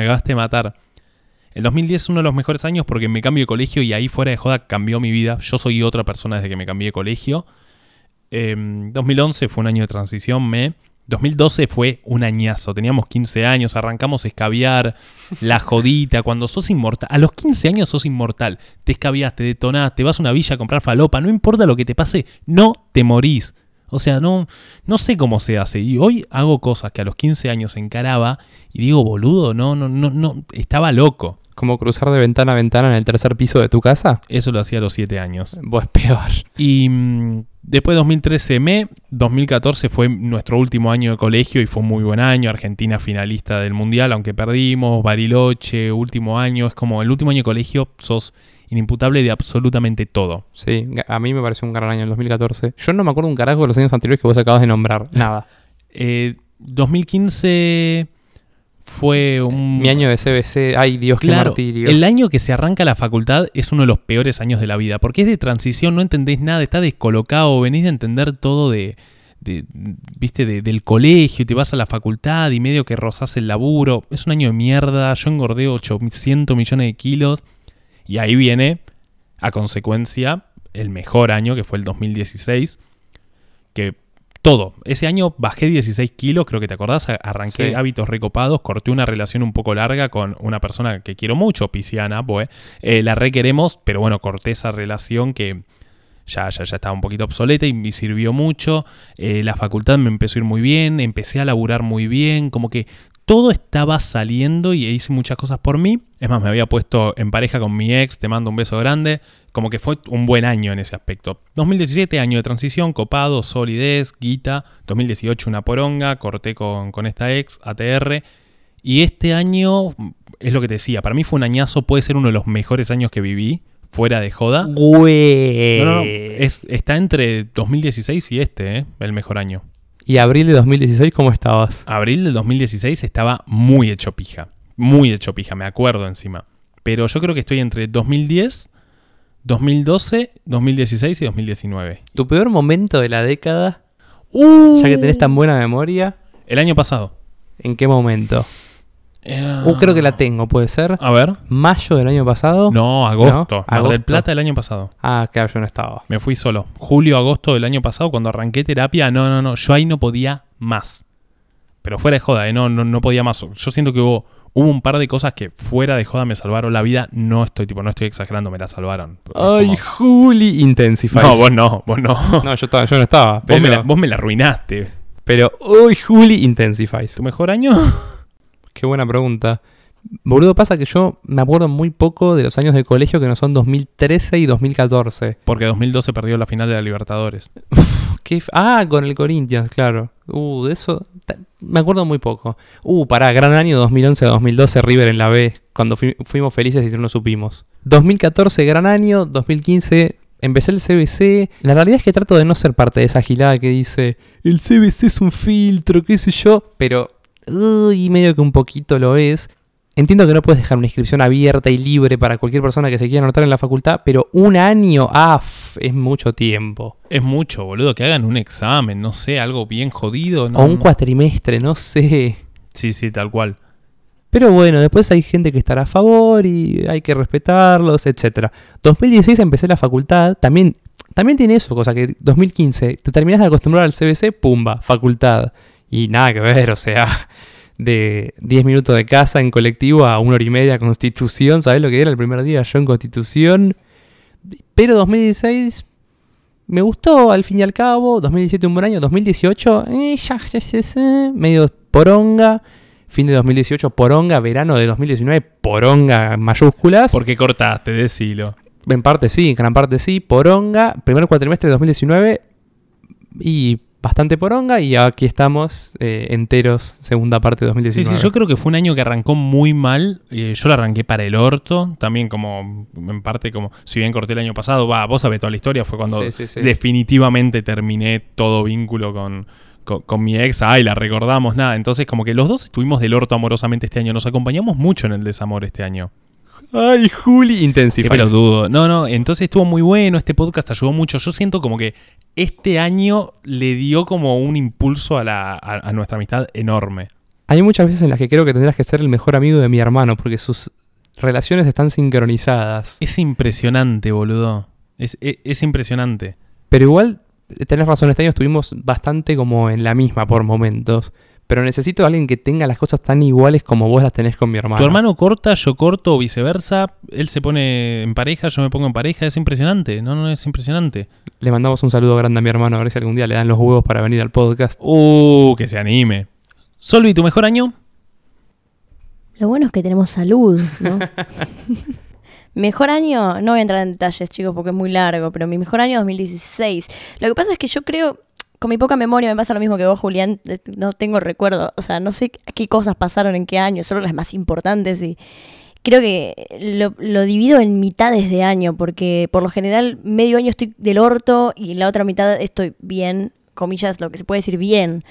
El 2010 es uno de los mejores años porque me cambio de colegio y ahí fuera de joda cambió mi vida. Yo soy otra persona desde que me cambié de colegio. 2011 fue un año de transición. 2012 fue un añazo. Teníamos 15 años, arrancamos a escabiar, la jodita. Cuando sos inmortal, a los 15 años sos inmortal. Te escabiás, te detonás, te vas a una villa a comprar falopa. No importa lo que te pase, no te morís. O sea, no sé cómo se hace. Y hoy hago cosas que a los 15 años encaraba y digo, boludo, no, estaba loco. ¿Como cruzar de ventana a ventana en el tercer piso de tu casa? Eso lo hacía a los 7 años. Vos es peor. Y después de 2013 2014 fue nuestro último año de colegio y fue un muy buen año. Argentina finalista del Mundial, aunque perdimos. Bariloche, último año. Es como el último año de colegio sos inimputable de absolutamente todo. Sí, a mí me pareció un gran año el 2014. Yo no me acuerdo un carajo de los años anteriores que vos acabas de nombrar. Nada. 2015... fue mi año de CBC. Ay, Dios, qué martirio. El año que se arranca la facultad es uno de los peores años de la vida, porque es de transición, no entendés nada, estás descolocado, venís de entender todo del colegio, y te vas a la facultad y medio que rozás el laburo. Es un año de mierda, yo engordé 800 millones de kilos, y ahí viene, a consecuencia, el mejor año, que fue el 2016, que... todo. Ese año bajé 16 kilos, creo que te acordás, arranqué hábitos recopados, corté una relación un poco larga con una persona que quiero mucho, pisciana, pues, la requeremos, pero bueno, corté esa relación que ya estaba un poquito obsoleta y me sirvió mucho. La facultad me empezó a ir muy bien, empecé a laburar muy bien, como que todo estaba saliendo y hice muchas cosas por mí. Es más, me había puesto en pareja con mi ex, te mando un beso grande. Como que fue un buen año en ese aspecto. 2017, año de transición, copado, solidez, guita. 2018, una poronga, corté con esta ex, ATR. Y este año, es lo que te decía, para mí fue un añazo, puede ser uno de los mejores años que viví, fuera de joda. Güey. No, está entre 2016 y el mejor año. ¿Y abril de 2016 cómo estabas? Abril del 2016 estaba muy hecho pija, me acuerdo encima. Pero yo creo que estoy entre 2010, 2012, 2016 y 2019. ¿Tu peor momento de la década? Ya que tenés tan buena memoria. El año pasado. ¿En qué momento? Creo que la tengo, ¿puede ser? A ver. ¿Mayo del año pasado? No, agosto. ¿No? Mar del Plata del año pasado. Ah, claro, yo no estaba. Me fui solo. Julio, agosto del año pasado, cuando arranqué terapia, no. Yo ahí no podía más. Pero fuera de joda, no podía más. Yo siento que hubo Hubo un par de cosas que fuera de joda me salvaron la vida. No estoy exagerando, me la salvaron. Ay, Juli, Intensifies. No, vos no. No, yo no estaba. Vos me la arruinaste. Pero, uy, Juli, Intensifies. ¿Tu mejor año? Qué buena pregunta. Boludo, pasa que yo me acuerdo muy poco de los años de colegio que no son 2013 y 2014. Porque 2012 perdió la final de la Libertadores. Con el Corinthians, claro. De eso me acuerdo muy poco. Gran año 2011-2012 River en la B, cuando fuimos felices y no lo supimos. 2014, gran año. 2015 empecé el CBC. La realidad es que trato de no ser parte de esa gilada que dice el CBC es un filtro, qué sé yo. Pero, y medio que un poquito lo es. Entiendo que no puedes dejar una inscripción abierta y libre para cualquier persona que se quiera anotar en la facultad, pero un año, es mucho tiempo. Es mucho, boludo, que hagan un examen, no sé, algo bien jodido. ¿No? O un cuatrimestre, no sé. Sí, tal cual. Pero bueno, después hay gente que estará a favor y hay que respetarlos, etc. 2016 empecé la facultad, también tiene eso, cosa que 2015 te terminás de acostumbrar al CBC, pumba, facultad. Y nada que ver, o sea, de 10 minutos de casa en colectivo a 1 hora y media Constitución, ¿sabés lo que era el primer día yo en Constitución? Pero 2016 me gustó al fin y al cabo, 2017 un buen año, 2018 medio poronga, fin de 2018 poronga, verano de 2019 poronga mayúsculas. ¿Por qué cortaste? Decilo. En parte sí, en gran parte sí, poronga, primer cuatrimestre de 2019 y bastante poronga, y aquí estamos enteros, segunda parte de 2019. Sí, yo creo que fue un año que arrancó muy mal. Yo lo arranqué para el orto, también como, en parte como, si bien corté el año pasado, vos sabés toda la historia, fue cuando definitivamente terminé todo vínculo con mi ex. La recordamos, nada. Entonces como que los dos estuvimos del orto amorosamente este año, nos acompañamos mucho en el desamor este año. Ay, Juli, Intensifies. Pero dudo. No, entonces estuvo muy bueno, este podcast ayudó mucho. Yo siento como que este año le dio como un impulso a nuestra amistad enorme. Hay muchas veces en las que creo que tendrás que ser el mejor amigo de mi hermano, porque sus relaciones están sincronizadas. Es impresionante, boludo. Es impresionante. Pero igual, tenés razón, este año estuvimos bastante como en la misma por momentos. Pero necesito a alguien que tenga las cosas tan iguales como vos las tenés con mi hermano. Tu hermano corta, yo corto o viceversa. Él se pone en pareja, yo me pongo en pareja. Es impresionante. No, es impresionante. Le mandamos un saludo grande a mi hermano. A ver si algún día le dan los huevos para venir al podcast. Que se anime. Solvi, ¿tu mejor año? Lo bueno es que tenemos salud, ¿no? Mejor año, no voy a entrar en detalles, chicos, porque es muy largo, pero mi mejor año 2016. Lo que pasa es que yo creo, con mi poca memoria, me pasa lo mismo que vos, Julián, no tengo recuerdo, o sea, no sé qué cosas pasaron en qué año, solo las más importantes, y creo que lo divido en mitades de año, porque por lo general medio año estoy del orto y en la otra mitad estoy bien, comillas, lo que se puede decir bien.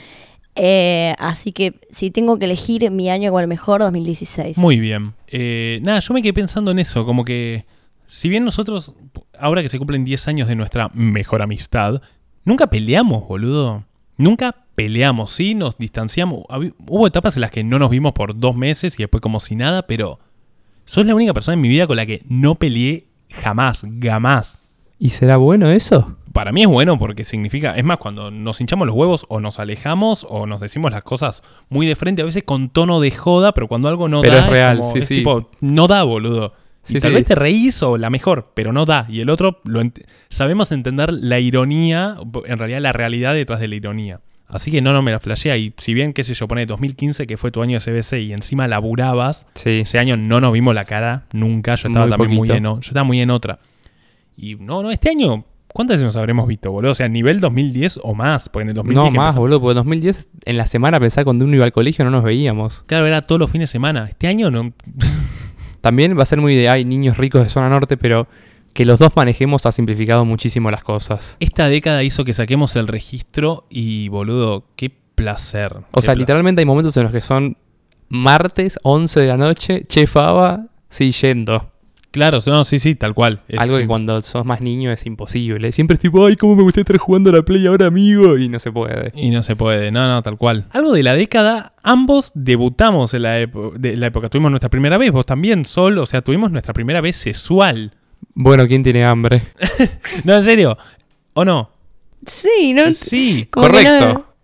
Así que si tengo que elegir mi año como el mejor, 2016. Muy bien. Yo me quedé pensando en eso, como que si bien nosotros, ahora que se cumplen 10 años de nuestra mejor amistad, nunca peleamos, boludo. Nunca peleamos, sí, nos distanciamos. Hubo etapas en las que no nos vimos por 2 meses y después como si nada, pero sos la única persona en mi vida con la que no peleé jamás. ¿Y será bueno eso? Para mí es bueno porque significa, es más, cuando nos hinchamos los huevos o nos alejamos o nos decimos las cosas muy de frente, a veces con tono de joda, pero cuando algo no pero da, es real, como, sí. Tipo, no da, boludo. Y Sí, tal sí. vez te reís o la mejor, pero no da. Y el otro, sabemos entender la ironía, en realidad la realidad detrás de la ironía. Así que no me la flashea. Y si bien, qué sé yo, pone 2015, que fue tu año de CBC, y encima laburabas, Sí. ese año no nos vimos la cara nunca. Yo estaba yo estaba muy en otra. Y no, este año, ¿cuántas veces nos habremos visto, boludo? O sea, nivel 2010 o más, porque en el 2010... No, más, boludo, porque en 2010, en la semana, pensá, cuando uno iba al colegio no nos veíamos. Claro, era todos los fines de semana. Este año no... También va a ser muy de, hay niños ricos de zona norte, pero que los dos manejemos ha simplificado muchísimo las cosas. Esta década hizo que saquemos el registro y, boludo, qué placer. O sea, literalmente hay momentos en los que son martes, 11 de la noche, che, Faba, sí, yendo. Claro, no, sí, tal cual. Algo que cuando sos más niño es imposible. Siempre es tipo, ay, cómo me gusta estar jugando a la Play ahora, amigo. Y no se puede. Y no se puede, no, tal cual. Algo de la década, ambos debutamos en la época. Tuvimos nuestra primera vez, vos también, Sol. O sea, tuvimos nuestra primera vez sexual. Bueno, ¿quién tiene hambre? No, en serio. ¿O no? Sí, ¿no? Sí. Como correcto. que no,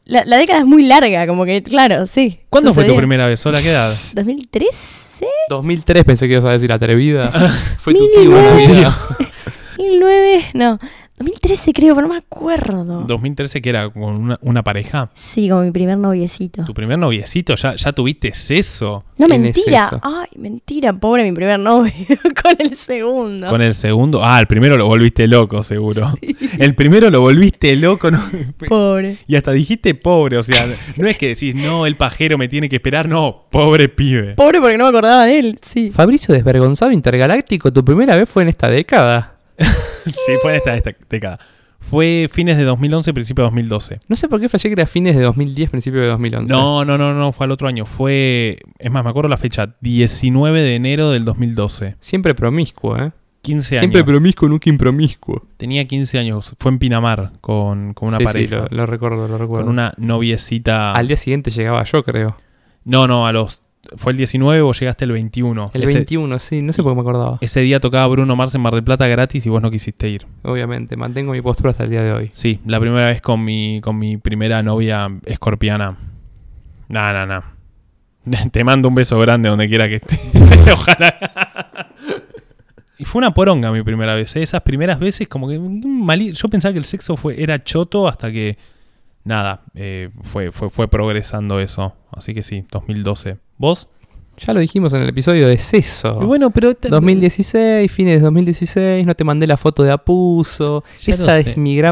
La década es muy larga, como que, claro, sí. ¿Cuándo fue tu sucedía. primera vez? ¿Sola qué edad? ¿2013? 2003 pensé que ibas a decir atrevida. Fue tu 2009. tío, ¿no? 2009, no. 2013 creo, pero no me acuerdo. 2013 que era con una pareja. Sí, con mi primer noviecito. ¿Tu primer noviecito? ¿Ya tuviste eso? No, ¿Quién es mentira. eso? Ay, mentira, pobre mi primer novio. Con el segundo. ¿Con el segundo? Ah, el primero lo volviste loco, seguro. El primero lo volviste loco, ¿no? Pobre. Y hasta dijiste pobre, o sea, no es que decís, no, el pajero me tiene que esperar, no, pobre pibe. Pobre porque no me acordaba de él, sí. Fabricio Desvergonzado Intergaláctico, tu primera vez fue en esta década. Sí, fue en esta década. Fue fines de 2011, principio de 2012. No sé por qué flashé que era fines de 2010, principio de 2011. No, fue al otro año. Es más, me acuerdo la fecha, 19 de enero del 2012. Siempre promiscuo, ¿eh? 15 Siempre años. promiscuo, nunca impromiscuo. Tenía 15 años. Fue en Pinamar con una Sí, pareja. Sí, lo recuerdo. Con una noviecita. Al día siguiente llegaba yo, creo. No, fue el 19, vos llegaste el 21. El 21, sí, no sé por qué me acordaba. Ese día tocaba Bruno Mars en Mar del Plata gratis y vos no quisiste ir. Obviamente, mantengo mi postura hasta el día de hoy. Sí, la primera vez con mi primera novia escorpiana. No. Te mando un beso grande donde quiera que estés. Ojalá. Y fue una poronga mi primera vez. Esas primeras veces como que yo pensaba que el sexo era choto hasta que nada, fue progresando eso. Así que sí, 2012. ¿Vos? Ya lo dijimos en el episodio de Seso. Y bueno, pero 2016, fines de 2016, no te mandé la foto de Apuso. Ya Esa lo es sé.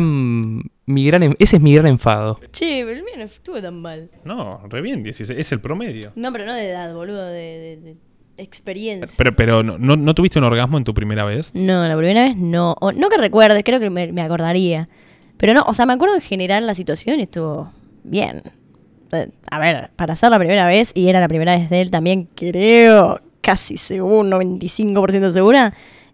ese es mi gran enfado. Che, pero el mío no estuvo tan mal. No, re bien, 16, es el promedio. No, pero no de edad, boludo, de experiencia. Pero ¿no tuviste un orgasmo en tu primera vez? No, la primera vez no. O, no que recuerdes, creo que me acordaría. Pero no, o sea, me acuerdo en general la situación estuvo bien. A ver, para ser la primera vez, y era la primera vez de él también, creo, casi seguro, 95% segura,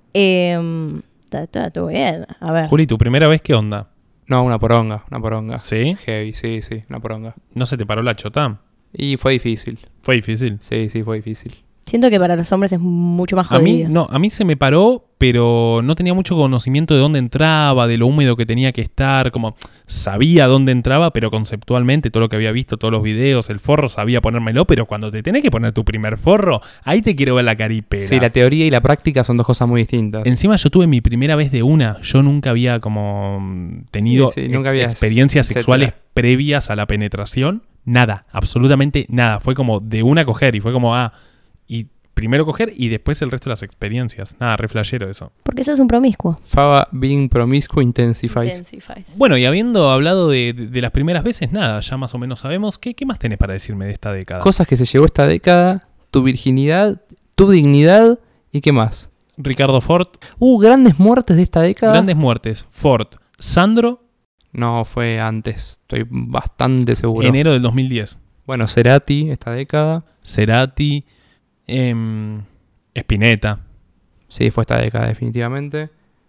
estuvo bien. A ver. Juli, ¿tu primera vez qué onda? No, una poronga. ¿Sí? Heavy, sí, una poronga. ¿No se te paró la chota? Y fue difícil. Fue difícil. Sí, fue difícil. Siento que para los hombres es mucho más A mí, jodido. a mí se me paró, pero no tenía mucho conocimiento de dónde entraba, de lo húmedo que tenía que estar, como sabía dónde entraba, pero conceptualmente todo lo que había visto, todos los videos, el forro sabía ponérmelo, pero cuando te tenés que poner tu primer forro, ahí te quiero ver la caripela. Sí, la teoría y la práctica son dos cosas muy distintas. Encima yo tuve mi primera vez de una, yo nunca había como tenido Sí, nunca habías, experiencias etcétera. sexuales previas a la penetración, nada, absolutamente nada, fue como de una coger y fue como, y primero coger y después el resto de las experiencias, nada, re flashero eso. Porque eso es un promiscuo. Fava being promiscuo intensifies. Bueno, y habiendo hablado de las primeras veces, nada, ya más o menos sabemos, ¿qué más tenés para decirme de esta década? Cosas que se llevó esta década, tu virginidad, tu dignidad y qué más. Ricardo Ford, Grandes muertes de esta década. grandes muertes, Ford, Sandro, No, fue antes, estoy bastante seguro. enero del 2010, Bueno, Cerati, esta década. Cerati, Spinetta. Sí, fue esta década definitivamente.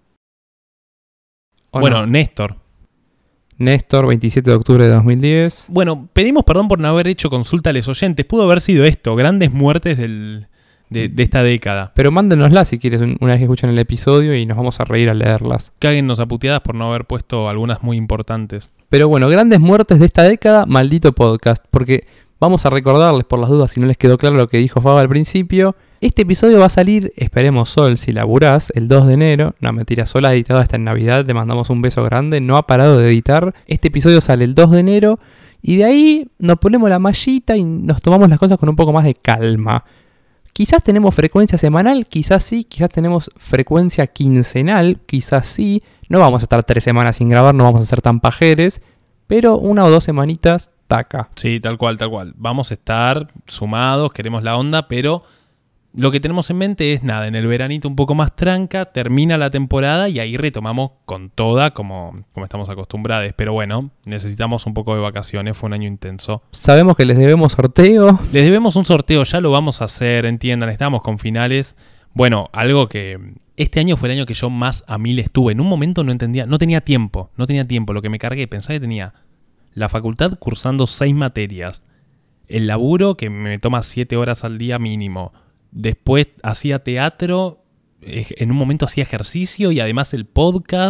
¿O Bueno, no? Néstor. Néstor, 27 de octubre de 2010. Bueno, pedimos perdón por no haber hecho consulta a los oyentes. Pudo haber sido esto, grandes muertes de esta década. Pero mándenoslas si quieres una vez que escuchen el episodio y nos vamos a reír al leerlas. Cáguennos a puteadas por no haber puesto algunas muy importantes. Pero bueno, grandes muertes de esta década, maldito podcast. Porque vamos a recordarles por las dudas si no les quedó claro lo que dijo Fava al principio. Este episodio va a salir, esperemos Sol, si laburás, el 2 de enero. No, mentira, Sol ha editado hasta en Navidad, te mandamos un beso grande. No ha parado de editar. Este episodio sale el 2 de enero. Y de ahí nos ponemos la mallita y nos tomamos las cosas con un poco más de calma. Quizás tenemos frecuencia semanal, quizás sí, quizás tenemos frecuencia quincenal, quizás sí. No vamos a estar 3 semanas sin grabar, no vamos a ser tan pajeres, pero 1 o 2 semanitas, taca. Sí, tal cual, tal cual. Vamos a estar sumados, queremos la onda, pero lo que tenemos en mente es nada, en el veranito un poco más tranca, termina la temporada y ahí retomamos con toda como estamos acostumbrados. Pero bueno, necesitamos un poco de vacaciones, fue un año intenso. Sabemos que les debemos sorteo. Les debemos un sorteo, ya lo vamos a hacer, entiendan, estamos con finales. Bueno, algo que este año fue el año que yo más a mil estuve. En un momento no entendía, no tenía tiempo. Lo que me cargué, pensaba que tenía la facultad cursando 6 materias, el laburo que me toma 7 horas al día mínimo. Después hacía teatro, en un momento hacía ejercicio y además el podcast,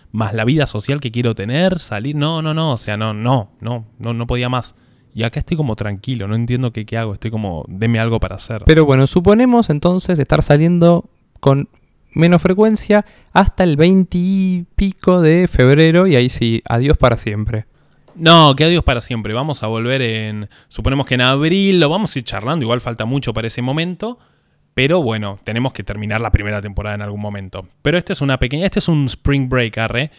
más la vida social que quiero tener, salir, no, o sea, no podía más. Y acá estoy como tranquilo, no entiendo qué hago, estoy como, deme algo para hacer. Pero bueno, suponemos entonces estar saliendo con menos frecuencia hasta el 20 y pico de febrero y ahí sí, adiós para siempre. No, que adiós para siempre. Vamos a volver suponemos que en abril, lo vamos a ir charlando, igual falta mucho para ese momento, pero bueno, tenemos que terminar la primera temporada en algún momento. Pero este es un spring break, arre.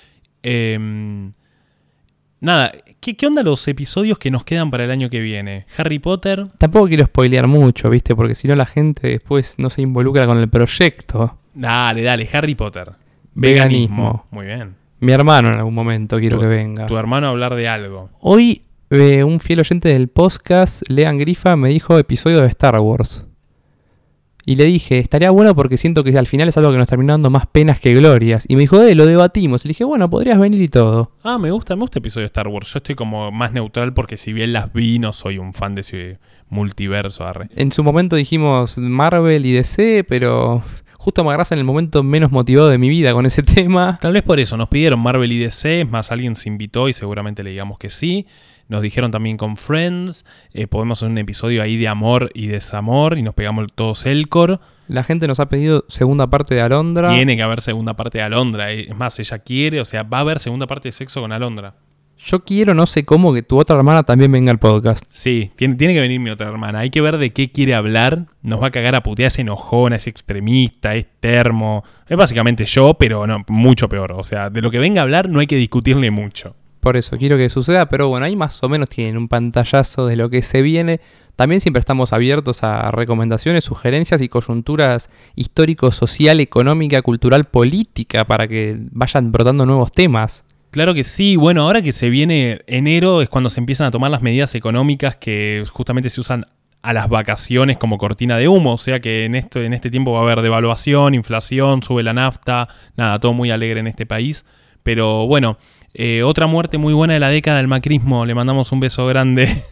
Nada, ¿qué onda los episodios que nos quedan para el año que viene? Harry Potter. Tampoco quiero spoilear mucho, ¿viste? Porque si no la gente después no se involucra con el proyecto. Dale, Harry Potter. Veganismo. Muy bien. Mi hermano en algún momento quiero que venga. Tu hermano a hablar de algo. Hoy un fiel oyente del podcast, Lean Grifa, me dijo episodio de Star Wars. Y le dije, estaría bueno porque siento que al final es algo que nos termina dando más penas que glorias. Y me dijo, lo debatimos. Y le dije, bueno, podrías venir y todo. Ah, me gusta el episodio de Star Wars. Yo estoy como más neutral porque si bien las vi, no soy un fan de ese multiverso, arre. En su momento dijimos Marvel y DC, pero justo me agarras en el momento menos motivado de mi vida con ese tema. Tal vez por eso, nos pidieron Marvel y DC, es más, alguien se invitó y seguramente le digamos que sí. Nos dijeron también con Friends, podemos hacer un episodio ahí de amor y desamor y nos pegamos todos Elcor. La gente nos ha pedido segunda parte de Alondra. Tiene que haber segunda parte de Alondra, es más, ella quiere, o sea, va a haber segunda parte de Sexo con Alondra. Yo quiero, no sé cómo, que tu otra hermana también venga al podcast. Sí, tiene que venir mi otra hermana, hay que ver de qué quiere hablar, nos va a cagar a putear, es enojona, es extremista, es termo, es básicamente yo, pero no, mucho peor, o sea, de lo que venga a hablar no hay que discutirle mucho. Por eso quiero que suceda, pero bueno, ahí más o menos tienen un pantallazo de lo que se viene. También siempre estamos abiertos a recomendaciones, sugerencias y coyunturas histórico, social, económica, cultural, política para que vayan brotando nuevos temas. Claro que sí, bueno, ahora que se viene enero es cuando se empiezan a tomar las medidas económicas que justamente se usan a las vacaciones como cortina de humo, o sea que en este tiempo va a haber devaluación, inflación, sube la nafta, nada, todo muy alegre en este país, pero bueno... otra muerte muy buena de la década del macrismo, le mandamos un beso grande.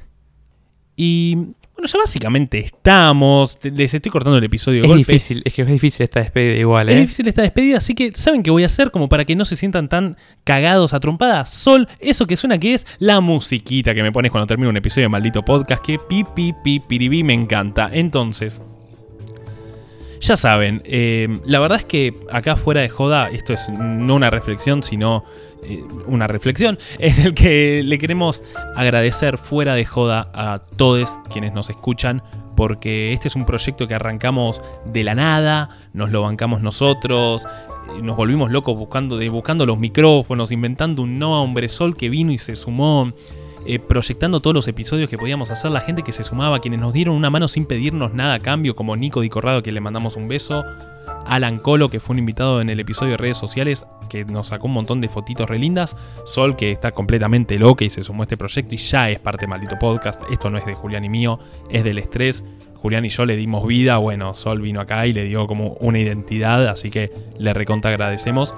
Y bueno, ya básicamente estamos. Les estoy cortando el episodio de golpe. Es que es difícil esta despedida igual, Es difícil esta despedida, así que ¿saben qué voy a hacer? Como para que no se sientan tan cagados a trompadas. Sol, eso que suena que es la musiquita que me pones cuando termino un episodio de Maldito Podcast, que piribí, me encanta. Entonces... ya saben, la verdad es que acá fuera de joda, esto es no una reflexión, sino una reflexión en el que le queremos agradecer fuera de joda a todos quienes nos escuchan, porque este es un proyecto que arrancamos de la nada, nos lo bancamos nosotros, nos volvimos locos buscando los micrófonos, inventando un nombre, Sol que vino y se sumó, proyectando todos los episodios que podíamos hacer, la gente que se sumaba, quienes nos dieron una mano sin pedirnos nada a cambio, como Nico Di Corrado, que le mandamos un beso, Alan Colo, que fue un invitado en el episodio de redes sociales, que nos sacó un montón de fotitos re lindas, Sol, que está completamente loca y se sumó a este proyecto y ya es parte de Maldito Podcast, esto no es de Julián y mío, es del estrés, Julián y yo le dimos vida, bueno, Sol vino acá y le dio como una identidad, así que le recontra agradecemos.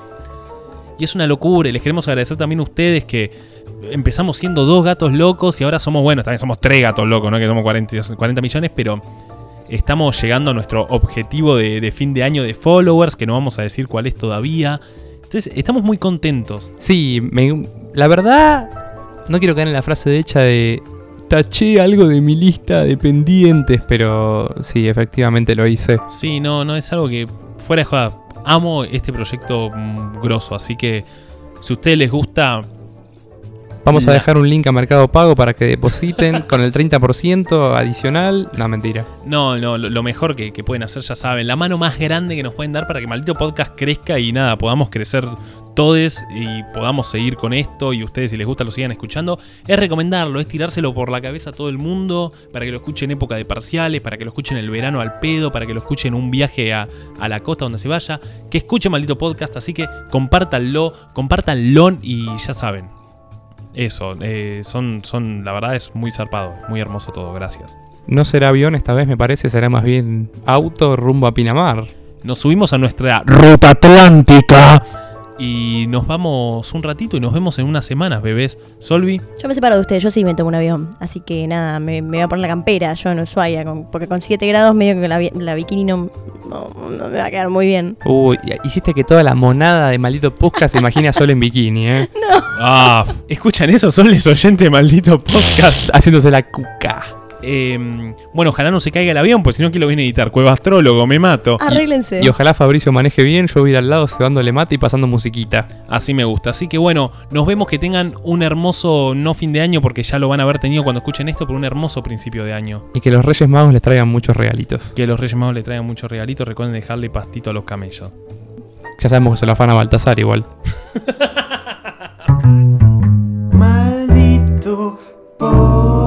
Y es una locura, y les queremos agradecer también a ustedes que empezamos siendo 2 gatos locos y ahora somos, bueno, también somos 3 gatos locos, ¿no? Que somos 40 millones, pero estamos llegando a nuestro objetivo de fin de año de followers, que no vamos a decir cuál es todavía. Entonces, estamos muy contentos. Sí, la verdad, no quiero caer en la frase hecha de taché algo de mi lista de pendientes, pero sí, efectivamente lo hice. Sí, no es algo que, fuera de joda, amo este proyecto grosso, así que si a ustedes les gusta... Vamos a dejar un link a Mercado Pago para que depositen con el 30% adicional. No, mentira. No, lo mejor que pueden hacer, ya saben, la mano más grande que nos pueden dar para que Maldito Podcast crezca y nada, podamos crecer todos y podamos seguir con esto y ustedes, si les gusta, lo sigan escuchando, es recomendarlo, es tirárselo por la cabeza a todo el mundo para que lo escuchen en época de parciales, para que lo escuchen el verano al pedo, para que lo escuchen un viaje a la costa donde se vaya, que escuchen Maldito Podcast, así que compártanlo y ya saben. Eso, la verdad es muy zarpado, muy hermoso todo, gracias. No será avión esta vez, me parece, será más bien auto rumbo a Pinamar. Nos subimos a nuestra ruta atlántica Y nos vamos un ratito y nos vemos en unas semanas, bebés. Solvi. Yo me separo de ustedes, yo sí me tomo un avión. Así que nada, me voy a poner la campera yo en Ushuaia. Porque con 7 grados medio que la bikini no me va a quedar muy bien. Uy, hiciste que toda la monada de Maldito Podcast se imagine a Sol en bikini, ¿eh? Ah, ¿escuchan eso? Son los oyentes de Maldito Podcast. Haciéndose la cuca. Bueno, ojalá no se caiga el avión, pues si no, ¿quién lo viene a editar? Cueva Astrólogo, me mato. Arréglense. Y ojalá Fabricio maneje bien, yo voy a ir al lado cebándole mate y pasando musiquita. Así me gusta. Así que bueno, nos vemos, que tengan un hermoso, no fin de año, porque ya lo van a haber tenido cuando escuchen esto, pero un hermoso principio de año. Y que los Reyes Magos les traigan muchos regalitos. Que los Reyes Magos le traigan muchos regalitos. Recuerden dejarle pastito a los camellos. Ya sabemos que se lo afana Baltasar igual. Maldito